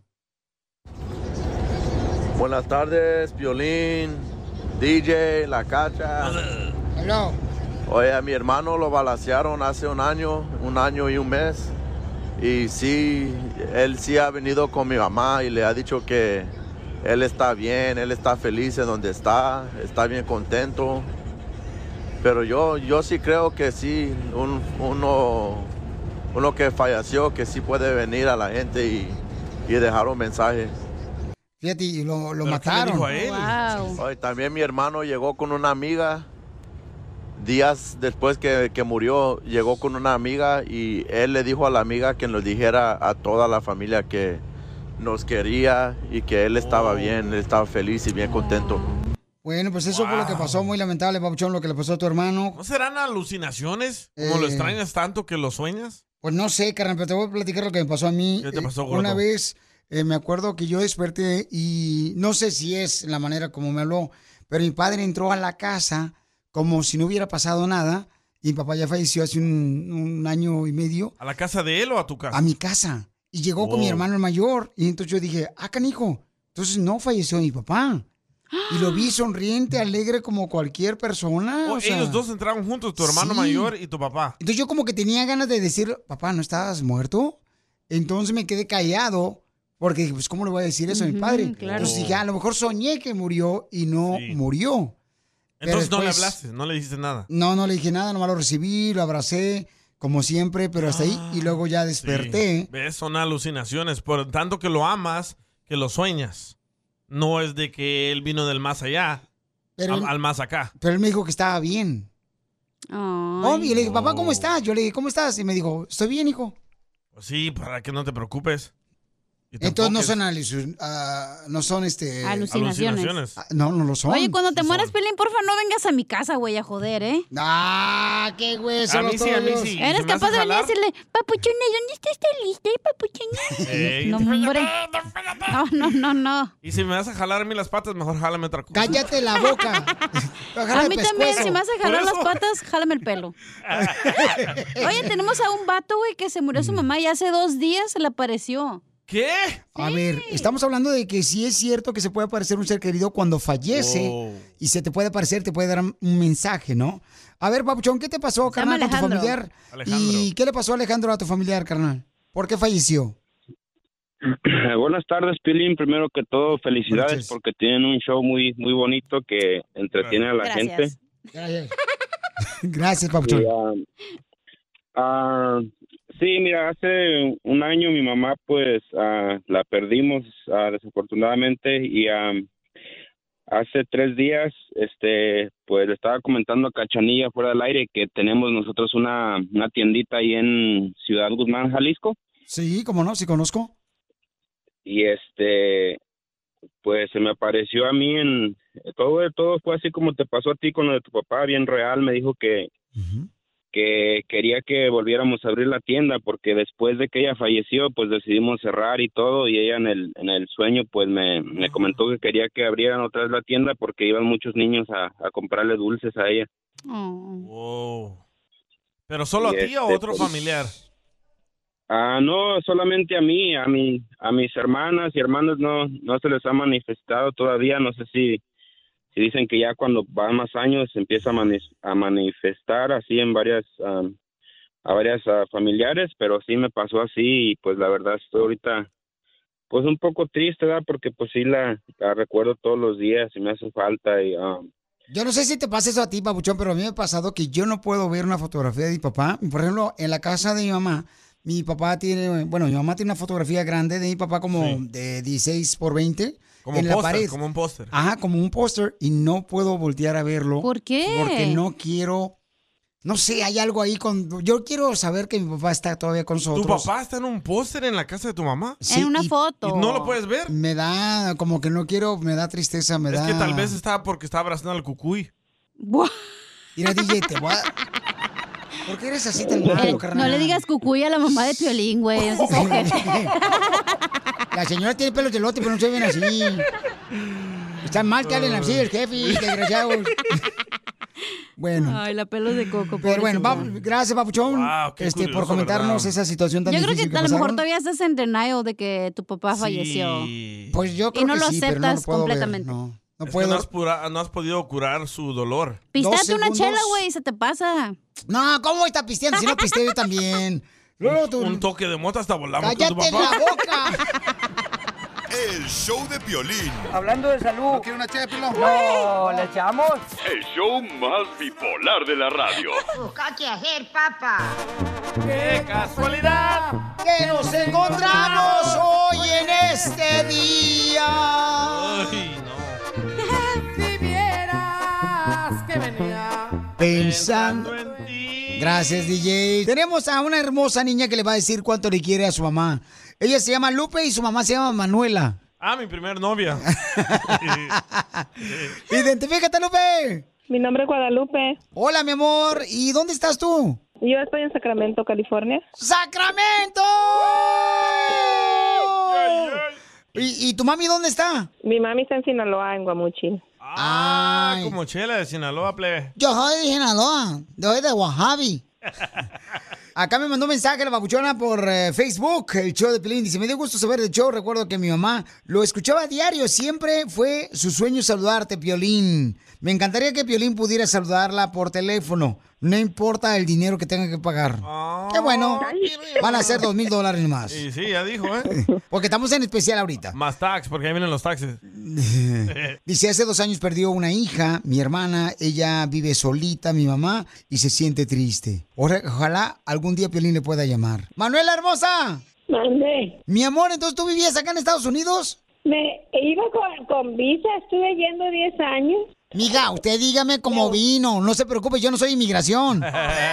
Buenas tardes, Piolín, D J, La Cacha. Hello. Oye, a mi hermano lo balacearon hace un año, un año y un mes. Y sí, él sí ha venido con mi mamá y le ha dicho que él está bien, él está feliz en donde está, está bien contento. Pero yo, yo sí creo que sí, un- uno, uno que falleció, que sí puede venir a la gente y, y dejar un mensaje. Fíjate, y lo, lo ¿Pero qué le mataron. dijo a él? Oye, también mi hermano llegó con una amiga. Días después que, que murió, llegó con una amiga y él le dijo a la amiga que nos dijera a toda la familia que nos quería y que él estaba bien, él estaba feliz y bien contento. Bueno, pues eso fue lo que pasó, muy lamentable, Papuchón, lo que le pasó a tu hermano. ¿No serán alucinaciones? ¿Como lo Eh. extrañas tanto que lo sueñas? Pues no sé, carnal, pero te voy a platicar lo que me pasó a mí. ¿Qué te pasó, Eh, gordo? Una vez eh, me acuerdo que yo desperté y no sé si es la manera como me habló, pero mi padre entró a la casa como si no hubiera pasado nada y mi papá ya falleció hace un, un año y medio. ¿A la casa de él o a tu casa? A mi casa. Y llegó con mi Oh. hermano el mayor. Y entonces yo dije, ah, canijo, entonces no falleció mi papá. Y lo vi sonriente, alegre como cualquier persona. Oh, o sea. ellos dos entraron juntos, tu hermano Sí. mayor y tu papá. Entonces yo como que tenía ganas de decir, papá, ¿no estabas muerto? Entonces me quedé callado porque dije, pues, ¿cómo le voy a decir eso a mi Ujú, padre? claro. Entonces dije, a lo mejor soñé que murió y no murió. Pero Entonces no le después- hablaste, no le dijiste nada. No, no le dije nada, nomás lo recibí, lo abracé, como siempre, pero hasta ahí. Y luego ya desperté. Sí. ¿Ves? Son alucinaciones. Por tanto que lo amas, que lo sueñas. No es de que él vino del más allá Pero- al, al más acá. Pero él me dijo que estaba bien. Oh, y le dije, papá, ¿cómo estás? Yo le dije, ¿cómo estás? Y me dijo, estoy bien, hijo. Pues sí, para que no te preocupes. Entonces no son alucin- uh, no son este Alucinaciones. Alucinaciones. Ah, no, no lo son. Oye, cuando te mueras, Pelín, porfa, no vengas a mi casa, güey, a joder, ¿eh? Ah, qué güey. A mí sí, a mí sí. Eres ¿Se me capaz hace de venir a jalar? decirle, papuchona, ¿dónde está esta lista, papuchona? Ey, No, hombre. No, no, no, no. Y si me vas a jalar a mí las patas, mejor jálame otra cosa. Cállate la boca. A mí también, si me vas a jalar las patas, jálame el pelo. Oye, tenemos a un vato, güey, que se murió su mamá y hace dos días se le apareció. ¿Qué? A ver, estamos hablando de que sí es cierto que se puede aparecer un ser querido cuando fallece Oh. y se te puede aparecer, te puede dar un mensaje, ¿no? A ver, Papuchón, ¿qué te pasó, Se llama carnal, con tu Alejandro. familiar? Alejandro. ¿Y qué le pasó, Alejandro, a tu familiar, carnal? ¿Por qué falleció? Buenas tardes, Pilín. Primero que todo, felicidades Buenas tardes. porque tienen un show muy muy bonito que entretiene a la Gracias. gente. Gracias, Papuchón. Y, ah, ah, sí, mira, hace un año mi mamá pues ah, la perdimos ah, desafortunadamente y ah, hace tres días este pues le estaba comentando a Cachanilla fuera del aire que tenemos nosotros una, una tiendita ahí en Ciudad Guzmán, Jalisco. Sí, ¿cómo no? Sí conozco. Y este pues se me apareció a mí en todo todo fue así como te pasó a ti con lo de tu papá, bien real. Me dijo que que quería que volviéramos a abrir la tienda porque después de que ella falleció pues decidimos cerrar y todo, y ella en el en el sueño pues me, me comentó que quería que abrieran otra vez la tienda porque iban muchos niños a, a comprarle dulces a ella. Wow. ¿Pero solo a Y ti o a este, otro pues, familiar? Ah, no, solamente a mí, a mi, a mis hermanas y hermanos no, no se les ha manifestado todavía. No sé si, si dicen que ya cuando van más años se empieza a, mani- a manifestar así en varias, um, a varias ah, familiares, pero sí me pasó así y pues la verdad estoy ahorita pues un poco triste, ¿verdad? Porque pues sí la, la recuerdo todos los días y me hace falta y um, Yo no sé si te pasa eso a ti, Papuchón, pero a mí me ha pasado que yo no puedo ver una fotografía de mi papá. Por ejemplo, en la casa de mi mamá, mi papá tiene, bueno, mi mamá tiene una fotografía grande de mi papá como Sí. de dieciséis por veinte Como en un la póster, pared. como un póster. Ajá, como un póster y no puedo voltear a verlo. ¿Por qué? Porque no quiero, no sé, hay algo ahí con, yo quiero saber que mi papá está todavía con nosotros. ¿Tu papá está en un póster en la casa de tu mamá? Sí, En una y- foto. ¿Y no lo puedes ver? Me da, como que no quiero, me da tristeza, me Es da... que tal vez está porque está abrazando al cucuy. Mira, D J, te voy a... ¿Por qué eres así tan Eh, malo, no carnal? le digas cucuy a la mamá de Piolín, güey. No seas ojete. La señora tiene pelos de lote, pero no se ven así. Están mal que hablen así, el jefe, desgraciados. Bueno. Ay, la pelos de coco. Pero bueno, pobrecito. vamos, gracias, Papuchón, Wow, qué este, por curioso, comentarnos ¿verdad? esa situación tan Yo creo difícil que a lo mejor pasaron. todavía estás en denial de que tu papá falleció. Pues yo creo Y no que lo sí, pero no lo aceptas puedo ver, completamente. no. No Es que puedo. no has, pura- no has podido curar su dolor. Pistate Dos una segundos. chela, güey, se te pasa. No, ¿cómo está pisteando? Si no pisteo yo también. Luego tú... Un toque de mota hasta volamos con tu ¡Cállate papá. la boca! El show de Piolín. Hablando de salud. ¿No quiere una ché de pilón? No, ¿le echamos? El show más bipolar de la radio. Busca qué hacer, papá. ¡Qué casualidad! Que nos encontramos hoy en este día. Ay, no. Si vieras que venía. Pensando. en ti. Gracias, D J. Tenemos a una hermosa niña que le va a decir cuánto le quiere a su mamá. Ella se llama Lupe y su mamá se llama Manuela. Ah, mi primer novia. Identifícate, Lupe. Mi nombre es Guadalupe. Hola, mi amor. ¿Y dónde estás tú? Yo estoy en Sacramento, California. ¡Sacramento! ¿Y, y tu mami dónde está? Mi mami está en Sinaloa, en Guamuchil. Ah, Ay. como chela de Sinaloa, plebe. Yo soy de Sinaloa. Yo soy de Wahabi. Acá me mandó un mensaje la babuchona por eh, Facebook, el show de Piolín. Dice, me dio gusto saber del show. Recuerdo que mi mamá lo escuchaba a diario. Siempre fue su sueño saludarte, Piolín. Me encantaría que Piolín pudiera saludarla por teléfono. No importa el dinero que tenga que pagar. Qué bueno. Van a ser dos mil dólares más. Sí, sí, ya dijo, ¿eh? Porque estamos en especial ahorita. Más tax, porque ahí vienen los taxes. Dice, hace dos años perdió una hija, mi hermana. Ella vive solita, mi mamá, y se siente triste. Oja- Ojalá algún día Piolín le pueda llamar. Manuela hermosa. ¿Dónde? Mi amor, entonces tú vivías acá en Estados Unidos. Me iba con, con visa, estuve yendo diez años. Miga, usted dígame cómo vino. No se preocupe, yo no soy inmigración.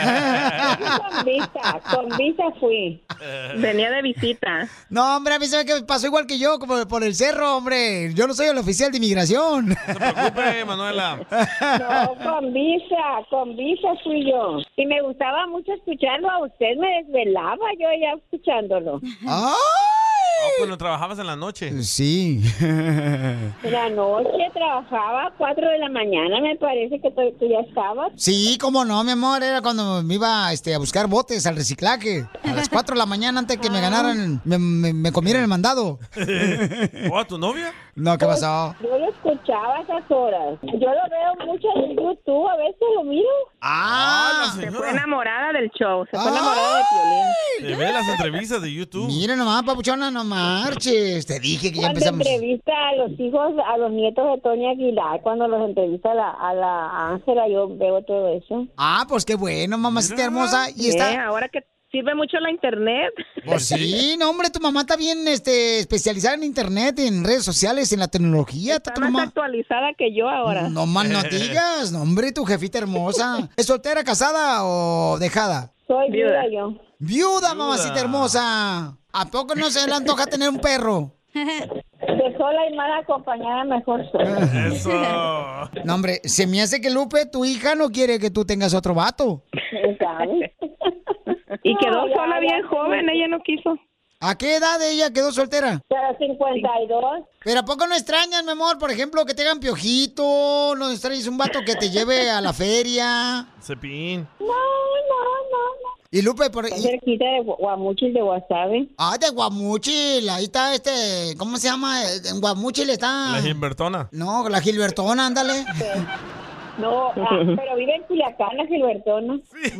Con visa, con visa fui. Venía de visita. No, hombre, a mí se ve que pasó igual que yo, como por el cerro, hombre. Yo no soy el oficial de inmigración. No se preocupe, Manuela. No, con visa, con visa fui yo. Y me gustaba mucho escucharlo a usted, me desvelaba yo ya escuchándolo. ¡Ay! Oh, pues no trabajabas en la noche. Sí. En la noche trabajaba a cuatro de la mañana, me parece que tú, tú ya estabas. Sí, cómo no, mi amor, era cuando me iba este, a buscar botes al reciclaje. A las cuatro de la mañana antes que me ganaran, me, me, me comieran el mandado. ¿O a tu novia? No, ¿qué pasó? Yo lo escuchaba a esas horas. Yo lo veo mucho en YouTube, a veces lo miro. Ah, se fue enamorada del show, se fue enamorada de Piolín. Te ve las entrevistas de YouTube. Mira nomás, papuchona, no marches. Te dije que ya Cuando empezamos. entrevista a los hijos, a los nietos de Toña Aguilar, cuando los entrevista a la, a la Ángela, yo veo todo eso. Ah, pues qué bueno, mamacita hermosa. Y Eh, está... ahora que sirve mucho la internet. Pues sí, no, hombre, tu mamá está bien este, especializada en internet, en redes sociales, en la tecnología. Está tu más mamá... actualizada que yo ahora. No más no digas, no, hombre, tu jefita hermosa. ¿Es soltera, casada o dejada? Soy viuda yo. Viuda, mamacita hermosa. ¿A poco no se le antoja tener un perro? De sola y mal acompañada mejor soy. Eso. No, hombre, se me hace que Lupe, tu hija, no quiere que tú tengas otro vato. ¿Sabes? Y quedó No, sola ya, bien ya, joven, sí. ella no quiso. ¿A qué edad ella quedó soltera? Pero cincuenta y dos. Pero ¿a poco no extrañas, mi amor? Por ejemplo, que te hagan piojito, no extrañas un vato que te lleve a la feria. Cepillín. No, no, no, no. Y Lupe, por Está ahí. cerquita de Gua- Guamuchil de Guasave. Ah, de Guamuchil, ahí está este, ¿cómo se llama? En Guamuchil está. La Gilbertona. No, la Gilbertona, ándale. No, ah, pero vive en Culiacán, la Gilbertona.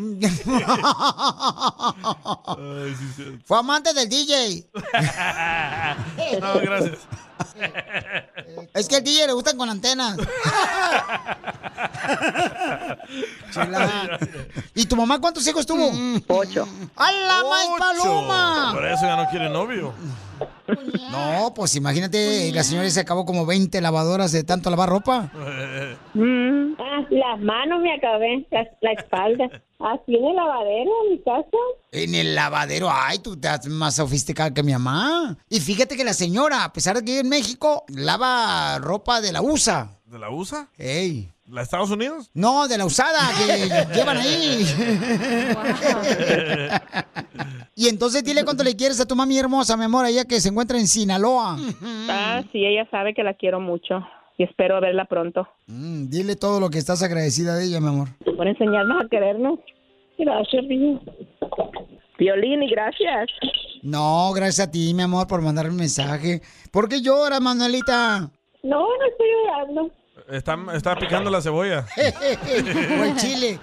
Ay, sí, sí. Fue amante del D J. No, gracias. Es que al D J le gustan con antenas. Chula. ¿Y tu mamá cuántos hijos tuvo? Ocho. ¡A la más paloma! Por eso ya no quiere novio. No, pues imagínate, la señora se acabó como veinte lavadoras de tanto lavar ropa. Mm. Ah, las manos me acabé, la, la espalda. Así en el lavadero, en mi casa. En el lavadero, ay, tú estás más sofisticada que mi mamá. Y fíjate que la señora, a pesar de que vive en México, lava ropa de la U S A. ¿De la U S A? Ey. ¿La Estados Unidos? No, de la usada que llevan ahí. Y entonces dile cuánto le quieres a tu mami hermosa, mi amor, ella que se encuentra en Sinaloa. Ah, sí, ella sabe que la quiero mucho y espero verla pronto. Mm, dile todo lo que estás agradecida de ella, mi amor. Por enseñarnos a querernos. Gracias, Río. Violín, y gracias. No, gracias a ti, mi amor, por mandarme un mensaje. ¿Por qué lloras, Manuelita? No, no estoy llorando. Está, está picando la cebolla. O el chile.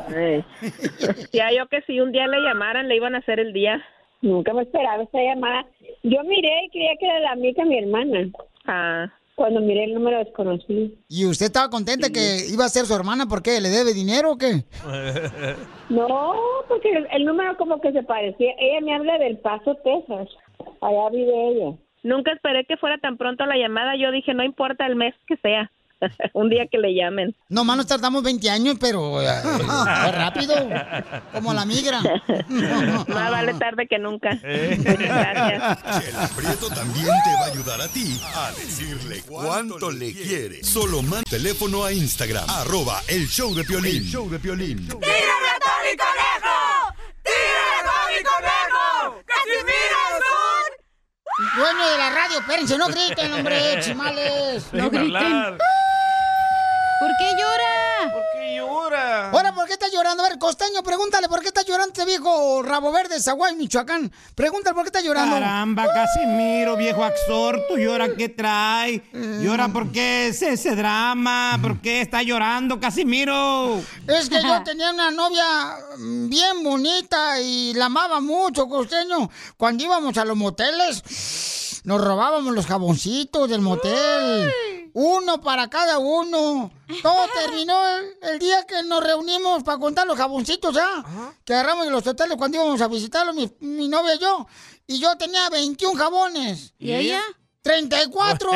Ya yo que si un día le llamaran, le iban a hacer el día. Nunca me esperaba esa llamada. Yo miré y creía que era la amiga de mi hermana. Ah. Cuando miré el número desconocido. ¿Y usted estaba contenta que iba a ser su hermana? ¿Por qué? ¿Le debe dinero o qué? No, porque el, el número como que se parecía. Ella me habla del Paso, Texas. Allá vive ella. Nunca esperé que fuera tan pronto la llamada. Yo dije, no importa el mes que sea. Un día que le llamen. Nomás nos tardamos veinte años, pero eh, fue rápido. Como la migra. Más vale tarde que nunca. Gracias. Chela Prieto también te va a ayudar a ti a decirle cuánto le quiere. Solo manda teléfono a Instagram, arroba el show de Piolín. El show de Piolín. ¡Tírame a Tony Conejo! ¡Tírame a Tony Conejo! ¡Casimiro es un... Dueño de la radio, espérense, no griten, hombre, chimales. No griten. ¿Por qué llora? ¿Por qué llora? Ahora, ¿por qué estás llorando? A ver, Costeño, pregúntale, ¿por qué estás llorando este viejo rabo verde de Zaguay, Michoacán? Pregúntale, ¿por qué estás llorando? Caramba, Casimiro, viejo absorto, ¿llora qué trae? ¿Llora por qué es ese drama? ¿Por qué está llorando, Casimiro? Es que yo tenía una novia bien bonita y la amaba mucho, Costeño. Cuando íbamos a los moteles, nos robábamos los jaboncitos del motel. Uno para cada uno. Todo terminó el, el día que nos reunimos para contar los jaboncitos, ¿ah? ¿eh? Que agarramos de los hoteles cuando íbamos a visitarlo, mi, mi novia y yo. Y yo tenía veintiún jabones. ¿Y ella? ¡treinta y cuatro!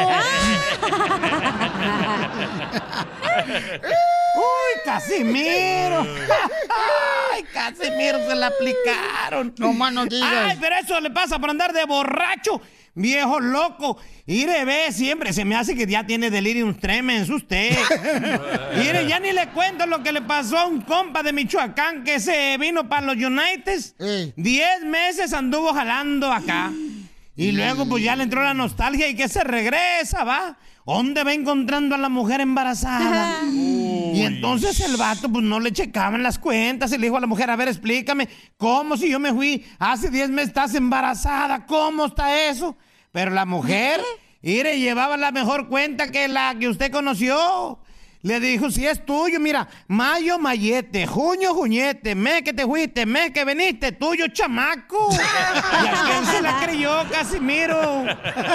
¡Uy, Casimiro! ¡Ay, Casimiro, se la aplicaron! No más no digas. ¡Ay, pero eso le pasa por andar de borracho! ¡Viejo loco! Ire, ve, siempre se me hace que ya tiene delirium tremens usted. Mire, ya ni le cuento lo que le pasó a un compa de Michoacán que se vino para los United. Diez meses anduvo jalando acá. Y luego pues ya le entró la nostalgia y que se regresa, ¿va? ¿Dónde va encontrando a la mujer embarazada? Y entonces el vato pues no le checaban las cuentas y le dijo a la mujer, a ver, explícame, ¿cómo si yo me fui hace diez meses estás embarazada? ¿Cómo está eso? Pero la mujer, mire, llevaba la mejor cuenta que la que usted conoció. Le dijo, si es tuyo, mira, mayo, mayete, junio, juñete, mes que te fuiste, mes que veniste, tuyo, chamaco. ¿Y a quién se la creyó, Casimiro?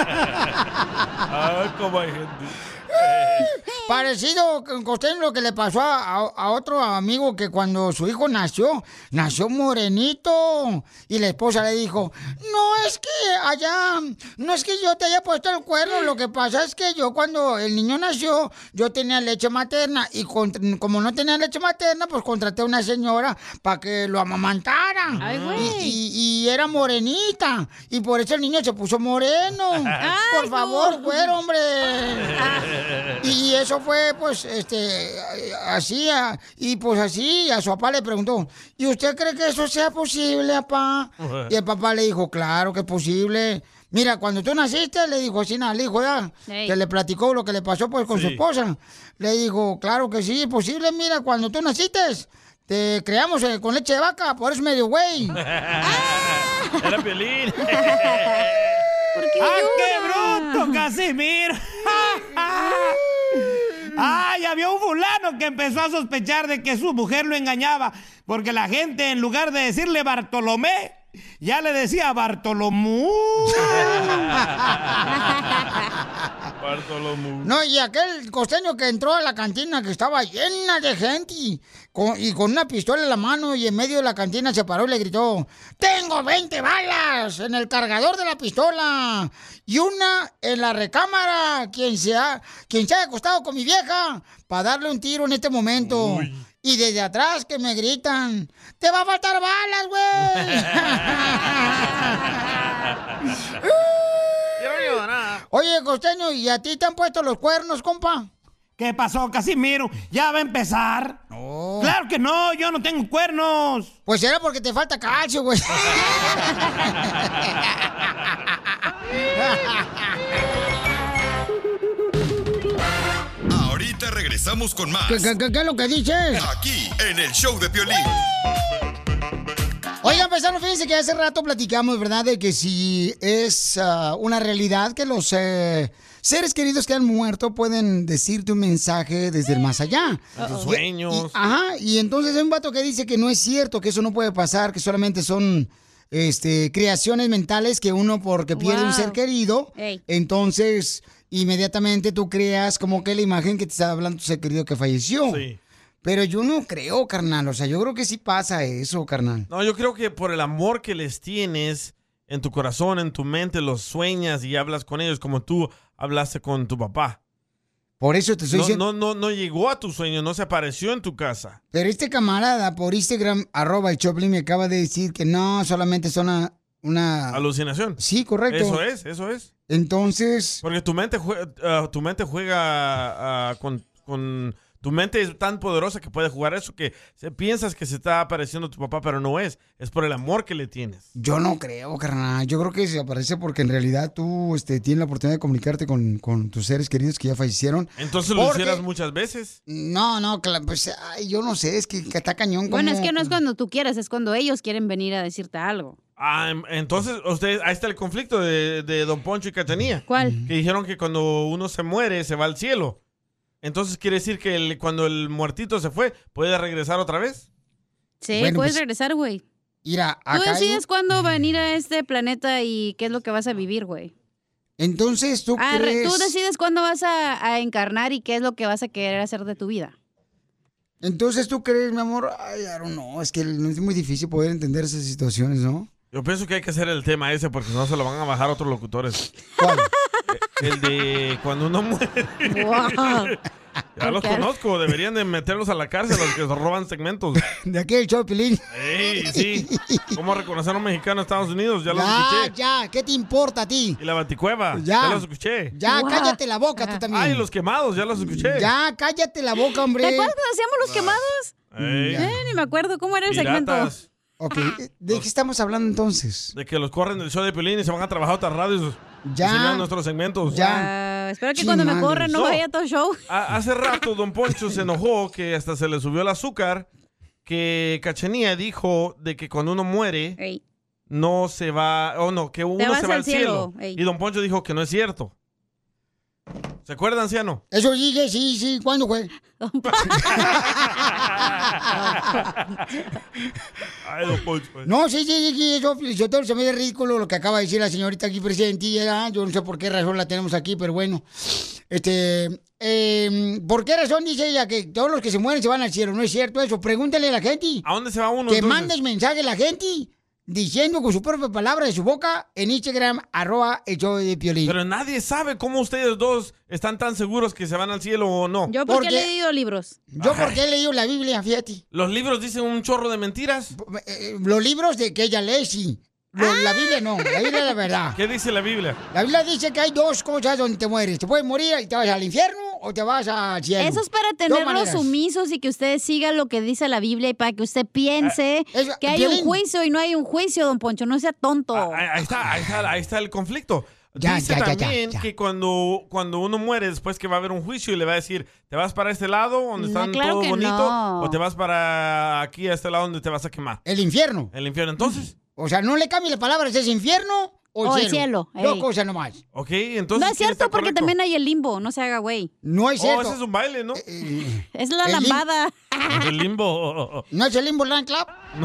Ah, cómo hay gente. Parecido, Costeño, lo que le pasó a, a, a otro amigo que cuando su hijo nació, nació morenito. Y la esposa le dijo, no es que allá, no es que yo te haya puesto el cuerno, lo que pasa es que yo cuando el niño nació, yo tenía leche materna y con, como no tenía leche materna, pues contraté a una señora para que lo amamantara. Ay, güey. Y, y, y era morenita. Y por eso el niño se puso moreno. Ay, por favor, no. güero, hombre. Y eso fue, pues, este, así, a- y pues así, a su papá le preguntó, ¿y usted cree que eso sea posible, papá? Y el papá le dijo, claro que es posible. Mira, cuando tú naciste, le dijo así al hijo, ya, Ey. que le platicó lo que le pasó, pues, con su Sí. esposa. Le dijo, claro que sí, es posible, mira, cuando tú naciste, te creamos eh, con leche de vaca, por eso medio güey. Era Piolín. ¡Ah, qué bruto, Casimiro! ¡Ay, había un fulano que empezó a sospechar de que su mujer lo engañaba! Porque la gente, en lugar de decirle Bartolomé, ya le decía Bartolomú. Bartolomé. No, y aquel costeño que entró a la cantina que estaba llena de gente y con, y con una pistola en la mano y en medio de la cantina se paró y le gritó, ¡tengo veinte balas en el cargador de la pistola! Y una en la recámara, quien se ha, quien se haya acostado con mi vieja para darle un tiro en este momento. Y desde atrás que me gritan, ¡te va a faltar balas, güey! Oye, costeño, ¿y a ti te han puesto los cuernos, compa? ¿Qué pasó, Casimiro? ¿Ya va a empezar? No. ¡Claro que no! ¡Yo no tengo cuernos! Pues era porque te falta calcio, güey. Ahorita regresamos con más. ¿Qué, qué, qué- qué es lo que dices? Aquí, en el show de Piolín. Oigan, paisanos, fíjense que hace rato platicamos, ¿verdad? De que si es ah, una realidad que los eh, seres queridos que han muerto pueden decirte un mensaje desde el más allá. En tus Y- sueños. y- ajá, y entonces hay un vato que dice que no es cierto, que eso no puede pasar, que solamente son este, creaciones mentales que uno porque pierde un Wow. ser querido, Ey. entonces inmediatamente tú creas como que la imagen que te está hablando tu ser querido que falleció. Sí. Pero yo no creo, carnal, o sea, yo creo que sí pasa eso, carnal. No, yo creo que por el amor que les tienes en tu corazón, en tu mente, los sueñas y hablas con ellos como tú hablaste con tu papá. Por eso te estoy No, diciendo. no, no, no llegó a tu sueño, no se apareció en tu casa. Pero este camarada por Instagram, arroba el Choplin, me acaba de decir que no, solamente son una... una... Alucinación. Sí, correcto. Eso es, eso es. Entonces... Porque tu mente juega, ah, tu mente juega ah, con, con... Tu mente es tan poderosa que puede jugar eso que se- piensas que se está apareciendo tu papá, pero no es. Es por el amor que le tienes. Yo no creo, carnal. Yo creo que se aparece porque en realidad tú este, tienes la oportunidad de comunicarte con, con tus seres queridos que ya fallecieron. Entonces lo Porque- hicieras muchas veces. No, no, cla- pues ay, yo no sé, es que, que está cañón. Bueno, como- es que no es cuando tú quieres, es cuando ellos quieren venir a decirte algo. Ah, em- entonces, ustedes, ahí está el conflicto de, de Don Poncho y Cachanía. ¿Cuál? Que dijeron que cuando uno se muere, se va al cielo. Entonces, ¿quiere decir que el- cuando el muertito se fue, puede regresar otra vez? Sí, Bueno, puedes pues, regresar, güey. Mira, Tú acá hay decides un- cuándo venir a este planeta y qué es lo que vas a vivir, güey. Entonces, ¿tú Ah, re- crees? tú decides cuándo vas a, a encarnar y qué es lo que vas a querer hacer de tu vida. Entonces, ¿tú crees, mi amor? Ay, I don't know, es que es muy difícil poder entender esas situaciones, ¿no? Yo pienso que hay que hacer el tema ese porque si no se lo van a bajar otros locutores. ¿Cuál? El de cuando uno muere. Wow. Ya los conozco, deberían de meterlos a la cárcel los que se roban segmentos. De aquí el show, Pilín. Ey, sí. ¿Cómo reconocer a un mexicano en Estados Unidos? Ya los Ya, escuché. ya, ¿qué te importa a ti? Y la Baticueva, Ya. ya los escuché. Ya, cállate la boca tú también. Ay, los quemados, ya los escuché. Ya, cállate la boca, hombre. ¿Te acuerdas cuando hacíamos los quemados? Ey. Eh, ni me acuerdo cómo era el segmento. Piratas. Ok, ¿de qué estamos hablando entonces? De que los corren del show de Piolín y se van a trabajar a otras radios. Ya. Y siguen nuestros segmentos. Ah, espero que cuando me corran no, No. vaya a todo show. A- hace rato Don Poncho se enojó que hasta se le subió el azúcar, que Cachanía dijo de que cuando uno muere Ey. no se va, o no, que uno vas se va al al cielo. cielo, ey. Y Don Poncho dijo que no es cierto. ¿Se acuerda, anciano? Eso dije, sí, sí, ¿cuándo fue? Ay, Don Poncho. No, sí, sí, sí, eso, Felicitero, se me hace ridículo lo que acaba de decir la señorita aquí presente. ¿verdad? Yo no sé por qué razón la tenemos aquí, pero bueno. Este, eh, ¿por qué razón dice ella que todos los que se mueren se van al cielo? No es cierto eso. Pregúntale a la gente. ¿A dónde se va uno? Que entonces? mandes mensaje a la gente diciendo con su propia palabra de su boca en Instagram, arroba el show de Piolín. Pero nadie sabe cómo ustedes dos están tan seguros que se van al cielo o no. Yo porque he leído libros. Yo porque he leído la Biblia, fíjate. ¿Los libros dicen un chorro de mentiras? Eh, los libros de que ella lee, sí. Lo- La Biblia no, la Biblia es la verdad. ¿Qué dice la Biblia? La Biblia dice que hay dos cosas donde te mueres. Te puedes morir y te vas al infierno o te vas al cielo. Eso es para Dos tenerlos maneras. sumisos y que usted siga lo que dice la Biblia y para que usted piense eso- que hay Piolín. un juicio y no hay un juicio, don Poncho. No sea tonto. Ahí, ahí está, ahí está, ahí está el conflicto. Ya, Dice ya, ya, ya, también ya. que cuando, cuando uno muere, después que va a haber un juicio y le va a decir, ¿te vas para este lado donde No, están claro todo que bonito? no. ¿O te vas para aquí a este lado donde te vas a quemar? El infierno. El infierno. Entonces, O sea, no le cambie la palabra, ¿es infierno o el O el cielo? cielo, Dos ey. cosas nomás. ok, entonces. No es ¿quién está cierto porque correcto? también hay el limbo. No se haga güey. No es Oh, cierto. ese es un baile, ¿no? Es la el lim- lambada. El limbo. ¿No es el Limbo Land Club?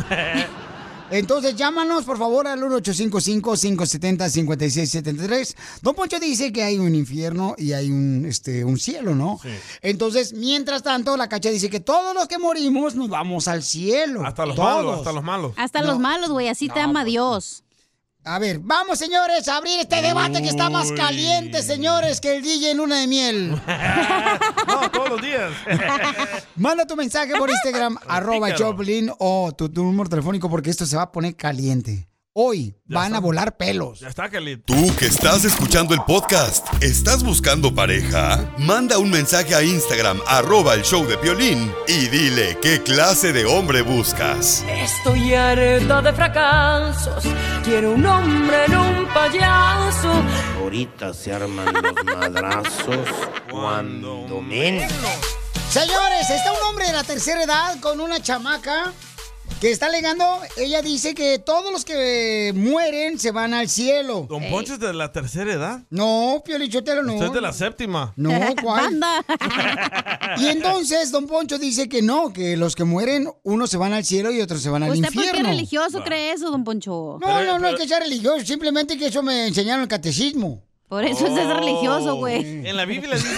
Entonces llámanos por favor al uno ocho cinco cinco, cinco siete cero, cinco seis siete tres. Don Poncho dice que hay un infierno y hay un, este, un cielo, ¿no? Sí. Entonces, mientras tanto, la Cacha dice que todos los que morimos nos vamos al cielo. Hasta los Todos. malos, hasta los malos. Hasta No. los malos, güey. Así te ama Dios. A ver, vamos, señores, a abrir este debate que está más caliente, señores, que el D J en luna de miel. No, todos los días. Manda tu mensaje por Instagram, arroba pícaro. Choplin, o tu, tu número telefónico, porque esto se va a poner caliente. Hoy Ya van está. a volar pelos. Ya está caliente. Tú que estás escuchando el podcast, ¿estás buscando pareja? Manda un mensaje a Instagram, arroba el show de Piolín, y dile qué clase de hombre buscas. Estoy harta de fracasos. Quiero un hombre en un payaso. Ahorita se arman los madrazos cuando menos. Señores, está un hombre de la tercera edad con una chamaca que está alegando. Ella dice que todos los que mueren se van al cielo. Don Poncho es de la tercera edad. No, Piolichotero, no. Usted es de la séptima. No, ¿cuál? Banda. Y entonces Don Poncho dice que no, que los que mueren, unos se van al cielo y otros se van al ¿Usted por qué infierno. religioso cree eso, don Poncho? No, no, no hay que ser religioso, simplemente que eso me enseñaron en el catecismo. Por eso usted es religioso, güey. En la Biblia dice.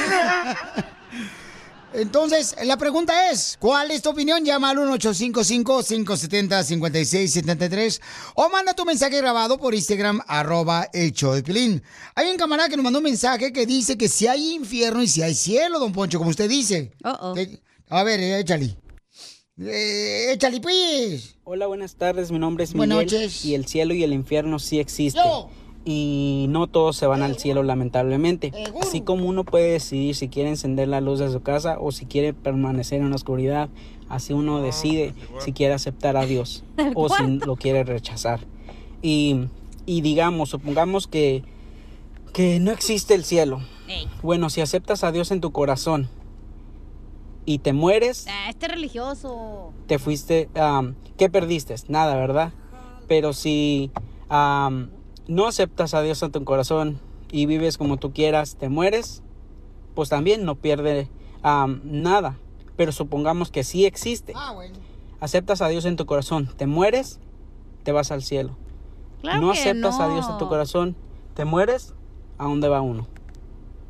Entonces, la pregunta es, ¿cuál es tu opinión? Llama al uno ocho cinco cinco, cinco siete cero, cinco seis siete tres o manda tu mensaje grabado por Instagram, arroba el show de Piolín. Hay un camarada que nos mandó un mensaje que dice que si hay infierno y si hay cielo, don Poncho, como usted dice. Uh-oh. Eh, A ver, eh, échale. Eh, échale, pues. Hola, buenas tardes. Mi nombre es Miguel. Buenas noches. Y el cielo y el infierno sí existen. Yo. Y no todos se van al cielo, lamentablemente. Así como uno puede decidir si quiere encender la luz de su casa o si quiere permanecer en la oscuridad, así uno decide si quiere aceptar a Dios o si lo quiere rechazar. Y, y digamos, supongamos que, que no existe el cielo. Ey. Bueno, si aceptas a Dios en tu corazón y te mueres, Ah, este religioso. te fuiste, um, ¿qué perdiste? Nada, ¿verdad? Pero si um, no aceptas a Dios en tu corazón y vives como tú quieras, te mueres, pues también no pierde um, nada. Pero supongamos que sí existe. Ah, bueno. Aceptas a Dios en tu corazón, te mueres, te vas al cielo. Claro no que aceptas no. a Dios en tu corazón, te mueres, ¿a dónde va uno?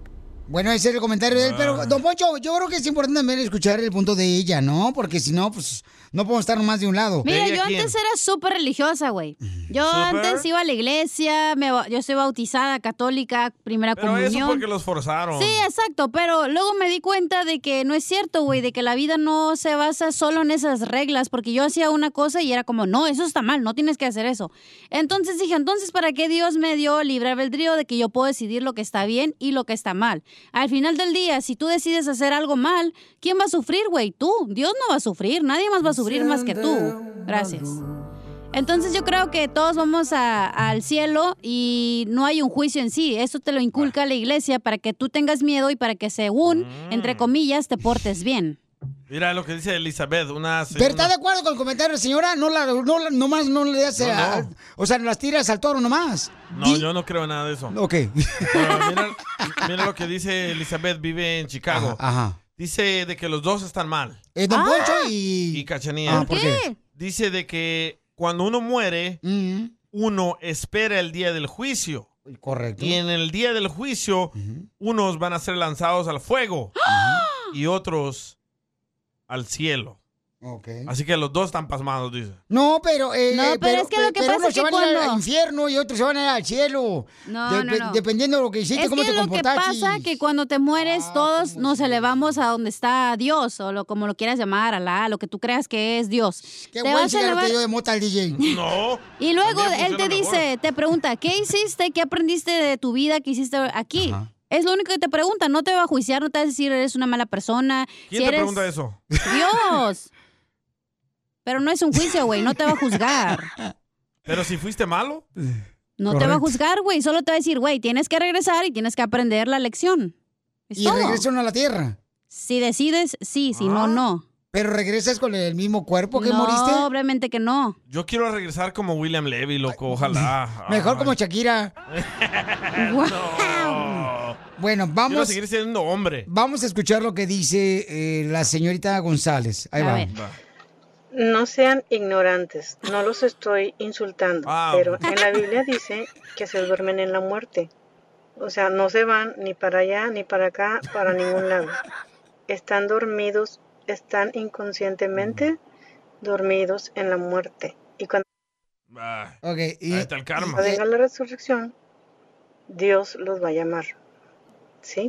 Bueno, ese es el comentario de él, pero Don Poncho, yo creo que es importante también escuchar el punto de ella, ¿no? Porque si no, pues no podemos estar más de un lado. Mira, yo antes era súper religiosa, güey. Yo ¿Súper? antes iba a la iglesia, me, ba- yo soy bautizada, católica, primera Pero comunión. eso porque los forzaron. Sí, exacto, pero luego me di cuenta de que no es cierto, güey, de que la vida no se basa solo en esas reglas, porque yo hacía una cosa y era como, no, eso está mal, no tienes que hacer eso. Entonces dije, entonces, ¿para qué Dios me dio libre albedrío de que yo puedo decidir lo que está bien y lo que está mal? Al final del día, si tú decides hacer algo mal, ¿quién va a sufrir, güey? Tú. Dios no va a sufrir, nadie más va a sufrir más que tú. Gracias. Entonces yo creo que todos vamos a- al cielo y no hay un juicio en sí. Eso te lo inculca la iglesia para que tú tengas miedo y para que según, entre comillas, te portes bien. Mira lo que dice Elizabeth, una ¿Pero está de acuerdo con el comentario, señora? No, la, no la- nomás no le das, No, a- no. o sea, las tiras al toro nomás. No, yo no creo en nada de eso. Ok. Pero mira, mira lo que dice Elizabeth, vive en Chicago. Ajá, ajá. Dice de que los dos están mal. Eh, Don Poncho y... Y Cachanilla. Ah, ¿por qué? Dice de que cuando uno muere, uno espera el día del juicio. Correcto. Y en el día del juicio, unos van a ser lanzados al fuego y otros al cielo. Okay. Así que los dos están pasmados, dice. No, pero... Eh, No, pero es que lo que pero pasa unos es se que van a ir cuando- al infierno y otros se van a ir al cielo. No, De- no, no. Dependiendo de lo que hiciste, Es cómo que te lo que comportaste. pasa que cuando te mueres todos nos elevamos a donde está Dios o lo, como lo quieras llamar, Alá, lo que tú creas que es Dios. Qué Te buen vas a cigarro elevar- te dio de mota al D J. No. Y luego También él te funciona dice, mejor. te pregunta, ¿qué hiciste? ¿Qué aprendiste de tu vida? ¿Qué hiciste aquí? Es lo único que te pregunta, no te va a juiciar, no te va a decir eres una mala persona. ¿Quién si te eres... pregunta eso? Dios. Pero no es un juicio, güey, no te va a juzgar. Pero si fuiste malo. No te va a Correcto. juzgar, güey, solo te va a decir, güey, tienes que regresar y tienes que aprender la lección. Es Y todo. regresan a la tierra. Si decides, sí, si no, no. Pero regresas con el mismo cuerpo que no, moriste. obviamente que no. Yo quiero regresar como William Levy, loco, ojalá. Mejor como Shakira. No. Bueno, Quiero vamos, seguir siendo hombre. vamos a escuchar lo que dice eh, la señorita González. Ahí A va. ver. No sean ignorantes, no los estoy insultando, Ah. pero en la Biblia dice que se duermen en la muerte. O sea, no se van ni para allá ni para acá, para ningún lado. Están dormidos, están inconscientemente dormidos en la muerte. Y cuando Ah, Ok, y- ahí está el karma. venga la resurrección, Dios los va a llamar. ¿Sí?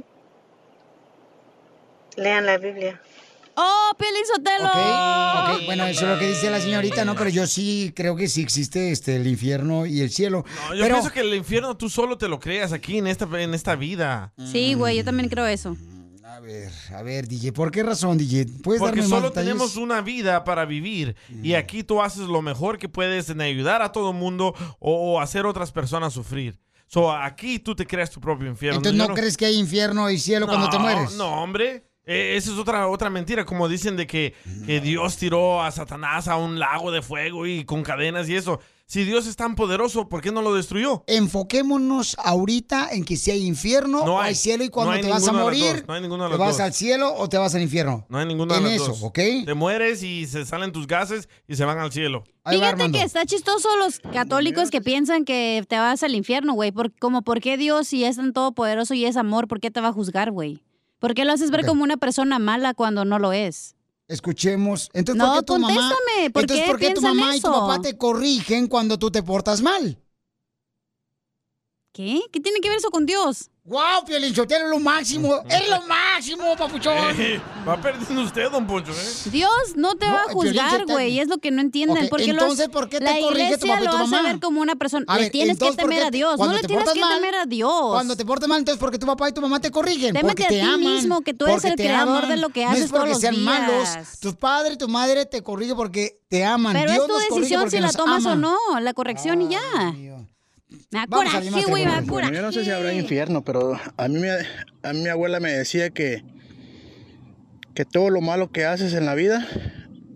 Lean la Biblia. ¡Oh, Piolín Sotelo! Ok, ok, bueno, eso es lo que dice la señorita, ¿no? Pero yo sí creo que sí existe este, el infierno y el cielo. No, yo Pero, pienso que el infierno tú solo te lo creas aquí en esta, en esta vida. Sí, güey, yo también creo eso. a ver, a ver, D J, ¿por qué razón, D J? ¿Puedes Porque darme más solo detalles? tenemos una vida para vivir y aquí tú haces lo mejor que puedes en ayudar a todo el mundo o, o hacer otras personas sufrir. So, aquí tú te creas tu propio infierno. Entonces, Yo ¿no crees que hay infierno y cielo cuando te No, mueres? No, hombre. Eh, esa es otra, otra mentira, como dicen de que, que Dios tiró a Satanás a un lago de fuego y con cadenas y eso. Si Dios es tan poderoso, ¿por qué no lo destruyó? Enfoquémonos ahorita en que si hay infierno No o hay. hay cielo y cuando No hay te vas a ninguna de las morir, dos, no hay ninguna de ¿te las vas dos. al cielo o te vas al infierno? No hay ninguna de En las eso, dos. ¿ok? Te mueres y se salen tus gases y se van al cielo. Ahí va, Fíjate Armando. que está chistoso los católicos que piensan que te vas al infierno, güey. Por, como, ¿por qué Dios, si es tan todopoderoso y es amor, por qué te va a juzgar, güey? ¿Por qué lo haces ver Ok. como una persona mala cuando no lo es? Escuchemos. Entonces, No, ¿por qué tu mamá, contéstame, ¿por entonces, qué ¿por qué tu piensan mamá y tu eso? papá te corrigen cuando tú te portas mal? ¿Qué? ¿Qué tiene que ver eso con Dios? ¡Wow, Piolinsotelo, lo máximo! ¡Es lo máximo, papuchón! Eh, va perdiendo usted, don Poncho, ¿eh? Dios no te No, va a el Piolín juzgar, se ta- güey. Es lo que no entienden. Ok, porque entonces, los- ¿por qué te la corrige tu iglesia papá y tu lo hace mamá? ver como una persona. A Le ver, tienes que entonces, ¿por temer qué a te- Dios. No cuando le te tienes que portas mal, temer a Dios. Cuando te portas mal, entonces porque tu papá y tu mamá te corrigen. Témete porque a te ti aman. mismo, que tú eres porque el te creador aman. de lo que No haces es porque todos los sean días. malos. Tu padre y tu madre te corrigen porque te aman. Pero Dios es tu nos corrige decisión porque si la nos tomas ama. o no. La corrección y ya. Me da Vamos a coraje, llamar güey, me da teléfono. coraje. Bueno, yo no sé si habrá infierno, pero a mí, me- a mí mi abuela me decía que, que todo lo malo que haces en la vida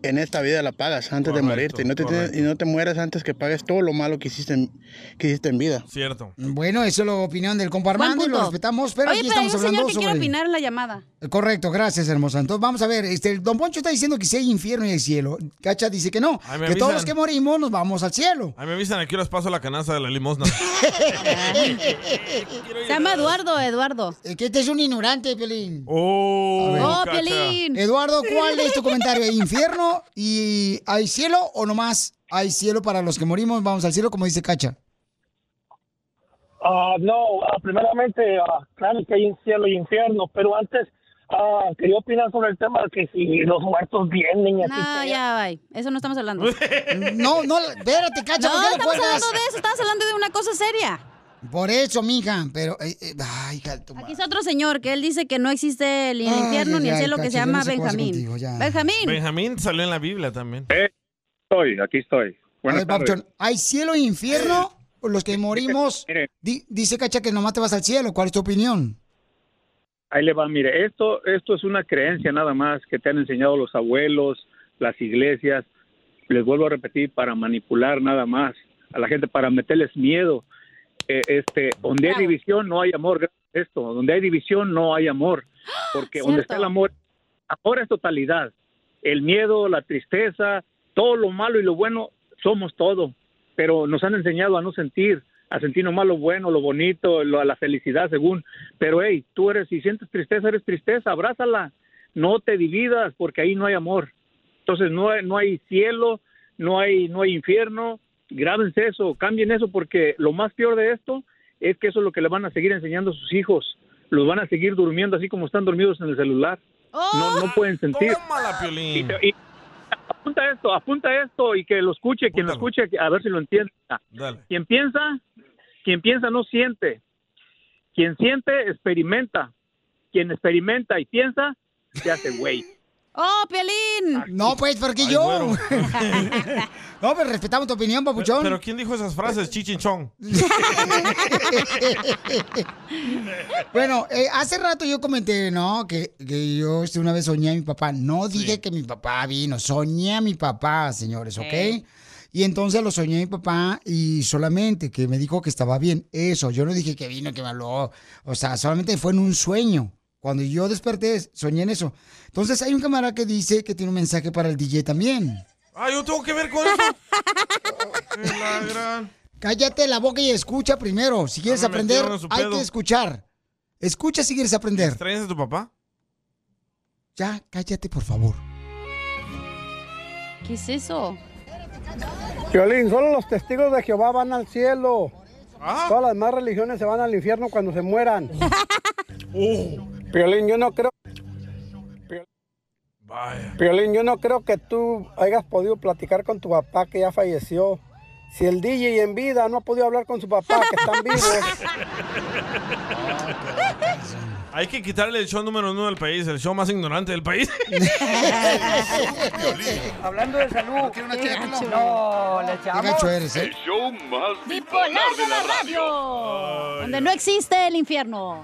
en esta vida la pagas antes Correcto, de morirte. Y no, te, correcto. y no te mueras antes que pagues todo lo malo que hiciste en, que hiciste en vida. Cierto. Bueno, eso es la opinión del compa Armando y lo respetamos, pero Oye, aquí pero hay estamos un hablando señor que sobre... quiere opinar en la llamada. Correcto, gracias, hermosa. Entonces, vamos a ver, este, el Don Poncho está diciendo que sí hay infierno y hay cielo. Cacha dice que no, Ay, me que todos avisan. los que morimos nos vamos al cielo. Ahí me avisan, aquí les paso la canasta de la limosna. Se llama Eduardo, Eduardo. Es que este es un ignorante, Piolín. Oh, Oh, cacha. Piolín. Eduardo, ¿cuál es tu comentario? ¿Hay infierno y hay cielo o nomás hay cielo para los que morimos? Vamos al cielo, como dice Cacha. Ah, no, ah, primeramente, ah, claro que hay un cielo y infierno, pero antes ah, quería opinar sobre el tema de que si los muertos vienen y así. No, ya, bye. Eso no estamos hablando. No, no, espérate, Cacha, No, ¿por qué le estamos cuelgas? hablando de eso, estamos hablando de una cosa seria. Por eso, mija, pero... eh, eh, ay, hija de tu Aquí es otro señor que él dice que no existe el Ay, infierno ay, ni el ay, cielo que Cacha, se yo llama no sé qué pasa Benjamín. contigo, ya. Benjamín. Benjamín salió en la Biblia también. Estoy, aquí estoy. A Buenas ver, tardes. Papuchón, ¿hay cielo e infierno? Los que morimos, Mire, di- dice Cacha que nomás te vas al cielo. ¿Cuál es tu opinión? ahí le va, mire, esto, esto es una creencia nada más que te han enseñado los abuelos, las iglesias, les vuelvo a repetir, para manipular nada más a la gente, para meterles miedo. Eh, este, donde hay división no hay amor, gracias a esto, donde hay división no hay amor, porque donde está el amor, amor es totalidad, el miedo, la tristeza, todo lo malo y lo bueno, somos todo, pero nos han enseñado a no sentir, a sentir nomás lo bueno, lo bonito, lo, la felicidad según, pero hey, tú eres, si sientes tristeza, eres tristeza, abrázala, no te dividas porque ahí no hay amor, entonces no hay, no hay cielo, no hay, no hay infierno, grábense eso, cambien eso porque lo más peor de esto es que eso es lo que le van a seguir enseñando a sus hijos, los van a seguir durmiendo así como están dormidos en el celular, no, no pueden sentir. Tómala, Piolín. Y, te- y apunta esto, apunta esto y que lo escuche, quien lo escuche, a ver si lo entiende. Dale. Quien piensa, quien piensa no siente. Quien siente, experimenta. Quien experimenta y piensa, se hace güey. ¡Oh, Piolín! No, pues, porque Ay, yo... güero. No, pero respetamos tu opinión, papuchón. Pero ¿quién dijo esas frases? Chichinchón. Bueno, eh, hace rato yo comenté, ¿no? Que, que yo este, una vez soñé a mi papá. No dije que mi papá vino, soñé a mi papá, señores, ¿ok? Eh. Y entonces lo soñé a mi papá y solamente que me dijo que estaba bien. Eso, yo no dije que vino, que me habló. O sea, solamente fue en un sueño. Cuando yo desperté, soñé en eso. Entonces hay un camarada que dice que tiene un mensaje para el D J también. Ah, yo tengo que ver con eso. Qué la gran- Cállate la boca y escucha primero. Si quieres Ah, me aprender, metieron en su hay pedo. que escuchar. Escucha si quieres aprender. ¿Extrañas a tu papá? Ya, cállate, por favor. ¿Qué es eso? Piolín, solo los testigos de Jehová van al cielo. Ah. Todas las demás religiones se van al infierno cuando se mueran. Piolín, yo no creo... Piolín, yo no creo que tú hayas podido platicar con tu papá que ya falleció. Si el D J en vida no ha podido hablar con su papá, que están vivos. Hay que quitarle el show número uno del país, el show más ignorante del país. Hablando de salud. ¿No quiere una ché de pilón? No, le echamos. Qué gacho eres, ¿eh? El show más ¡Bipolar bipolar de la radio! Donde no existe el infierno.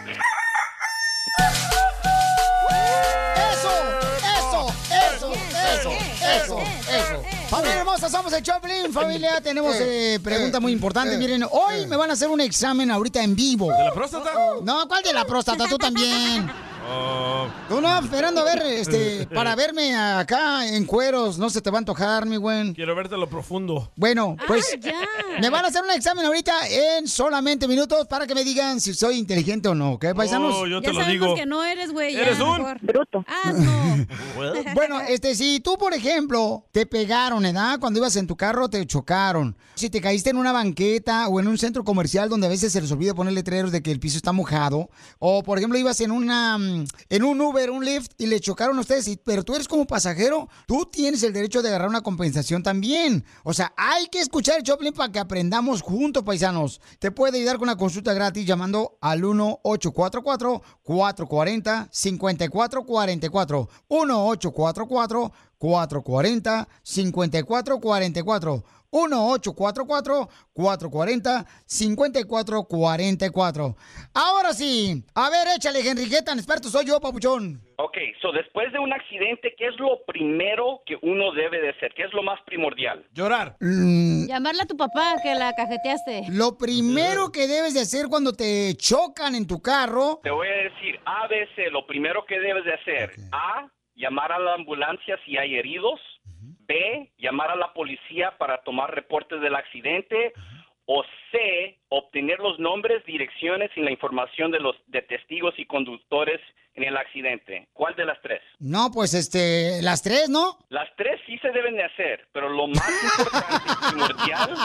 ¡Eso! ¡Eso! ¡Eso! ¡Eso! ¡Eso! ¡Eso! Familia hermosa, somos el Choplin, familia. Tenemos eh, preguntas muy importantes. Miren, hoy me van a hacer un examen ahorita en vivo. ¿De la próstata? No, ¿cuál de la próstata? Tú también. Oh. Tú no, esperando a ver, este, para verme acá en cueros, no se te va a antojar, mi güey. Quiero verte lo profundo. Bueno, pues Ah, ya. me van a hacer un examen ahorita en solamente minutos para que me digan si soy inteligente o no, ¿ok, paisanos? Oh, yo te Ya lo sabemos digo. que no eres, güey. ya, Eres un mejor. Bruto. Ah, no. Bueno, este, si tú, por ejemplo, te pegaron, ¿verdad? Cuando ibas en tu carro, te chocaron. Si te caíste en una banqueta o en un centro comercial donde a veces se les olvida poner letreros de que el piso está mojado. O, por ejemplo, ibas en una mm, en un Uber, un Lyft, y le chocaron a ustedes, y- pero tú eres como pasajero, tú tienes el derecho de agarrar una compensación también. O sea, hay que escuchar el Choplin para que aprendamos juntos, paisanos. Te puede ayudar con una consulta gratis llamando al uno ocho cuatro cuatro, cuatro cuatro cero, cinco cuatro cuatro cuatro. uno ocho cuatro cuatro, cuatro cuatro cuatro cero, cinco cuatro cuatro cuatro. uno ocho cuatro cuatro, cuatro cuatro cero, cinco cuatro cuatro cuatro. Ahora sí, a ver, échale, Henry, ¿qué tan experto soy yo, papuchón? Ok, so después de un accidente, ¿qué es lo primero que uno debe de hacer? ¿Qué es lo más primordial? Llorar. Mm, Llamarle a tu papá que la cajeteaste. lo primero que debes de hacer cuando te chocan en tu carro... Te voy a decir A, B, C. Lo primero que debes de hacer. Okay. A, llamar a la ambulancia si hay heridos. B, llamar a la policía para tomar reportes del accidente. O C, obtener los nombres, direcciones y la información de los de testigos y conductores en el accidente. ¿Cuál de las tres? No, pues este, las tres, ¿no? Las tres sí se deben de hacer, pero lo más importante y primordial...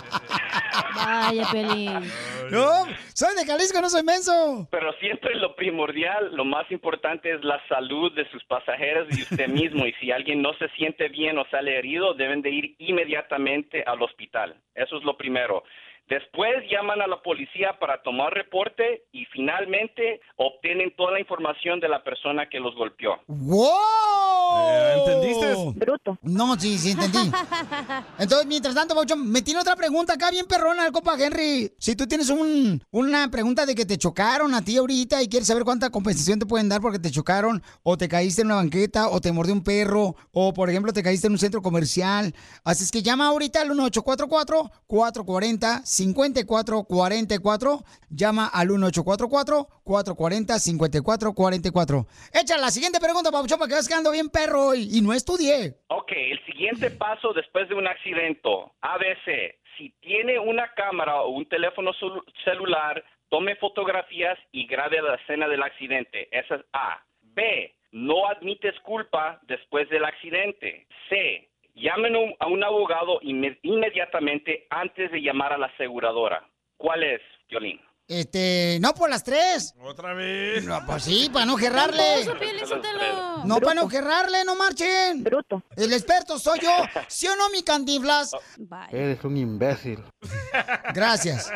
Vaya, Pelín. No, soy de Jalisco, no soy menso. Pero siempre lo primordial, lo más importante es la salud de sus pasajeros y usted mismo. Y si alguien no se siente bien o sale herido, deben de ir inmediatamente al hospital. Eso es lo primero. Después llaman a la policía para tomar reporte y finalmente obtienen toda la información de la persona que los golpeó. ¡Wow! Eh, ¿Entendiste? Bruto. No, sí, sí, entendí. Entonces, mientras tanto, Pauchón, me tiene otra pregunta acá bien perrona el compa Henry. Si tú tienes un, una pregunta de que te chocaron a ti ahorita y quieres saber cuánta compensación te pueden dar porque te chocaron, o te caíste en una banqueta, o te mordió un perro, o por ejemplo te caíste en un centro comercial. Así es que llama ahorita al uno ocho cuatro cuatro, cuatro cuatro cero, cinco cuatro cuatro cuatro. Llama al uno ocho cuatro cuatro, cuatro cuatro cero, cinco cuatro cuatro cuatro. Echa la siguiente pregunta, Pauchón, para que vas quedando bien perro y, y no estudié. Ok, el siguiente paso después de un accidente. A B C. Si tiene una cámara o un teléfono celular, tome fotografías y grabe la escena del accidente. Esa es A. B. No admites culpa después del accidente. C. Llamen a un abogado inmediatamente antes de llamar a la aseguradora. ¿Cuál es, Violín? Este, no por las tres. ¿Otra vez? No, pues sí, para no gerrarle. No, para no gerrarle, no marchen. Bruto. El experto soy yo. ¿Sí o no, mi Cantinflas? Eres un imbécil. Gracias.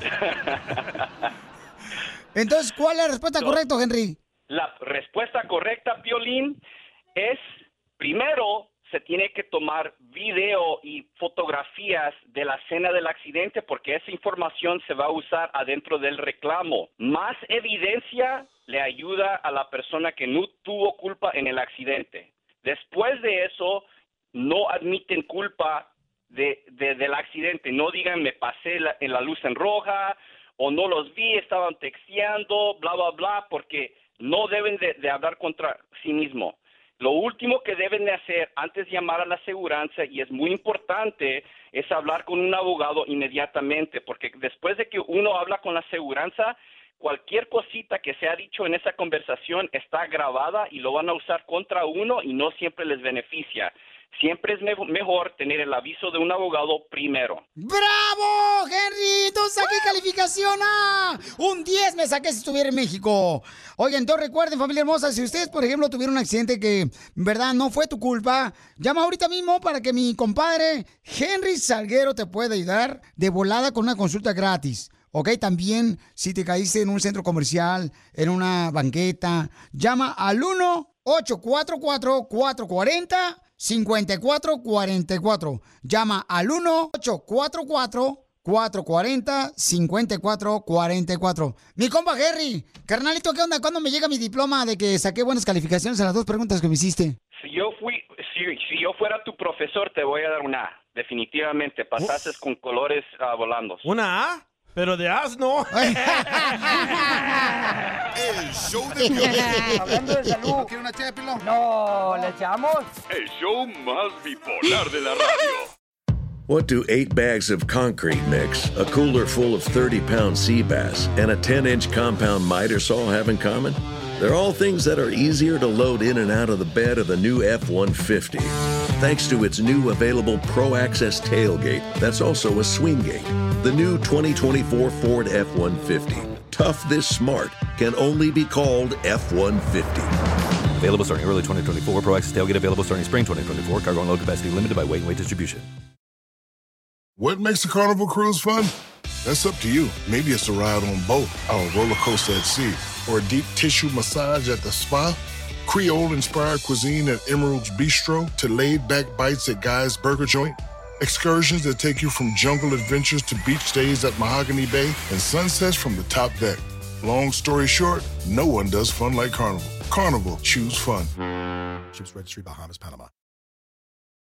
Entonces, ¿cuál es la respuesta no. correcta, Henry? La respuesta correcta, Piolín, es primero se tiene que tomar video y fotografías de la escena del accidente porque esa información se va a usar adentro del reclamo. Más evidencia le ayuda a la persona que no tuvo culpa en el accidente. Después de eso, no admiten culpa de, de, del accidente. No digan me pasé la, en la luz en roja o no los vi, estaban texteando, bla, bla, bla, porque no deben de, de hablar contra sí mismo. Lo último que deben de hacer antes de llamar a la aseguranza, y es muy importante, es hablar con un abogado inmediatamente, porque después de que uno habla con la aseguranza, cualquier cosita que se ha dicho en esa conversación está grabada y lo van a usar contra uno y no siempre les beneficia. Siempre es me- mejor tener el aviso de un abogado primero. ¡Bravo, Henry! ¡Entonces saqué calificación A! Un diez me saqué si estuviera en México. Oigan, entonces recuerden, familia hermosa, si ustedes, por ejemplo, tuvieron un accidente que, verdad, no fue tu culpa, llama ahorita mismo para que mi compadre Henry Salguero te pueda ayudar de volada con una consulta gratis. Ok, también si te caíste en un centro comercial, en una banqueta, llama al uno ocho cuatro cuatro, cuatro cuatro cero, cinco cuatro cuatro cuatro. Llama al uno ocho cuatro cuatro, cuatro cuatro cero, cinco cuatro cuatro cuatro. Mi compa Henry, carnalito, ¿qué onda? ¿Cuándo me llega mi diploma de que saqué buenas calificaciones en las dos preguntas que me hiciste? Si yo fui, si, si yo fuera tu profesor, te voy a dar una A. Definitivamente, pasaste oh. con colores uh, volando. ¿Una A? Pero de asno. El show de Piolín. Hablando de salud, ¿quiere una ché de pilón? No, ¿le echamos? El show más bipolar de la radio. What do eight bags of concrete mix, a cooler full of thirty-pound sea bass, and a ten-inch compound miter saw have in common? They're all things that are easier to load in and out of the bed of the new F one fifty. Thanks to its new available Pro Access tailgate that's also a swing gate. The new twenty twenty-four Ford F one fifty. Tough this smart can only be called F one fifty. Available starting early twenty twenty-four. Pro Access tailgate available starting spring twenty twenty-four. Cargo and load capacity limited by weight and weight distribution. What makes a Carnival cruise fun? That's up to you. Maybe it's a ride on boat, or a roller coaster at sea, or a deep tissue massage at the spa. Creole-inspired cuisine at Emerald's Bistro to laid-back bites at Guy's Burger Joint. Excursions that take you from jungle adventures to beach stays at Mahogany Bay and sunsets from the top deck. Long story short, no one does fun like Carnival. Carnival, choose fun. Ships Registry, Bahamas, Panama.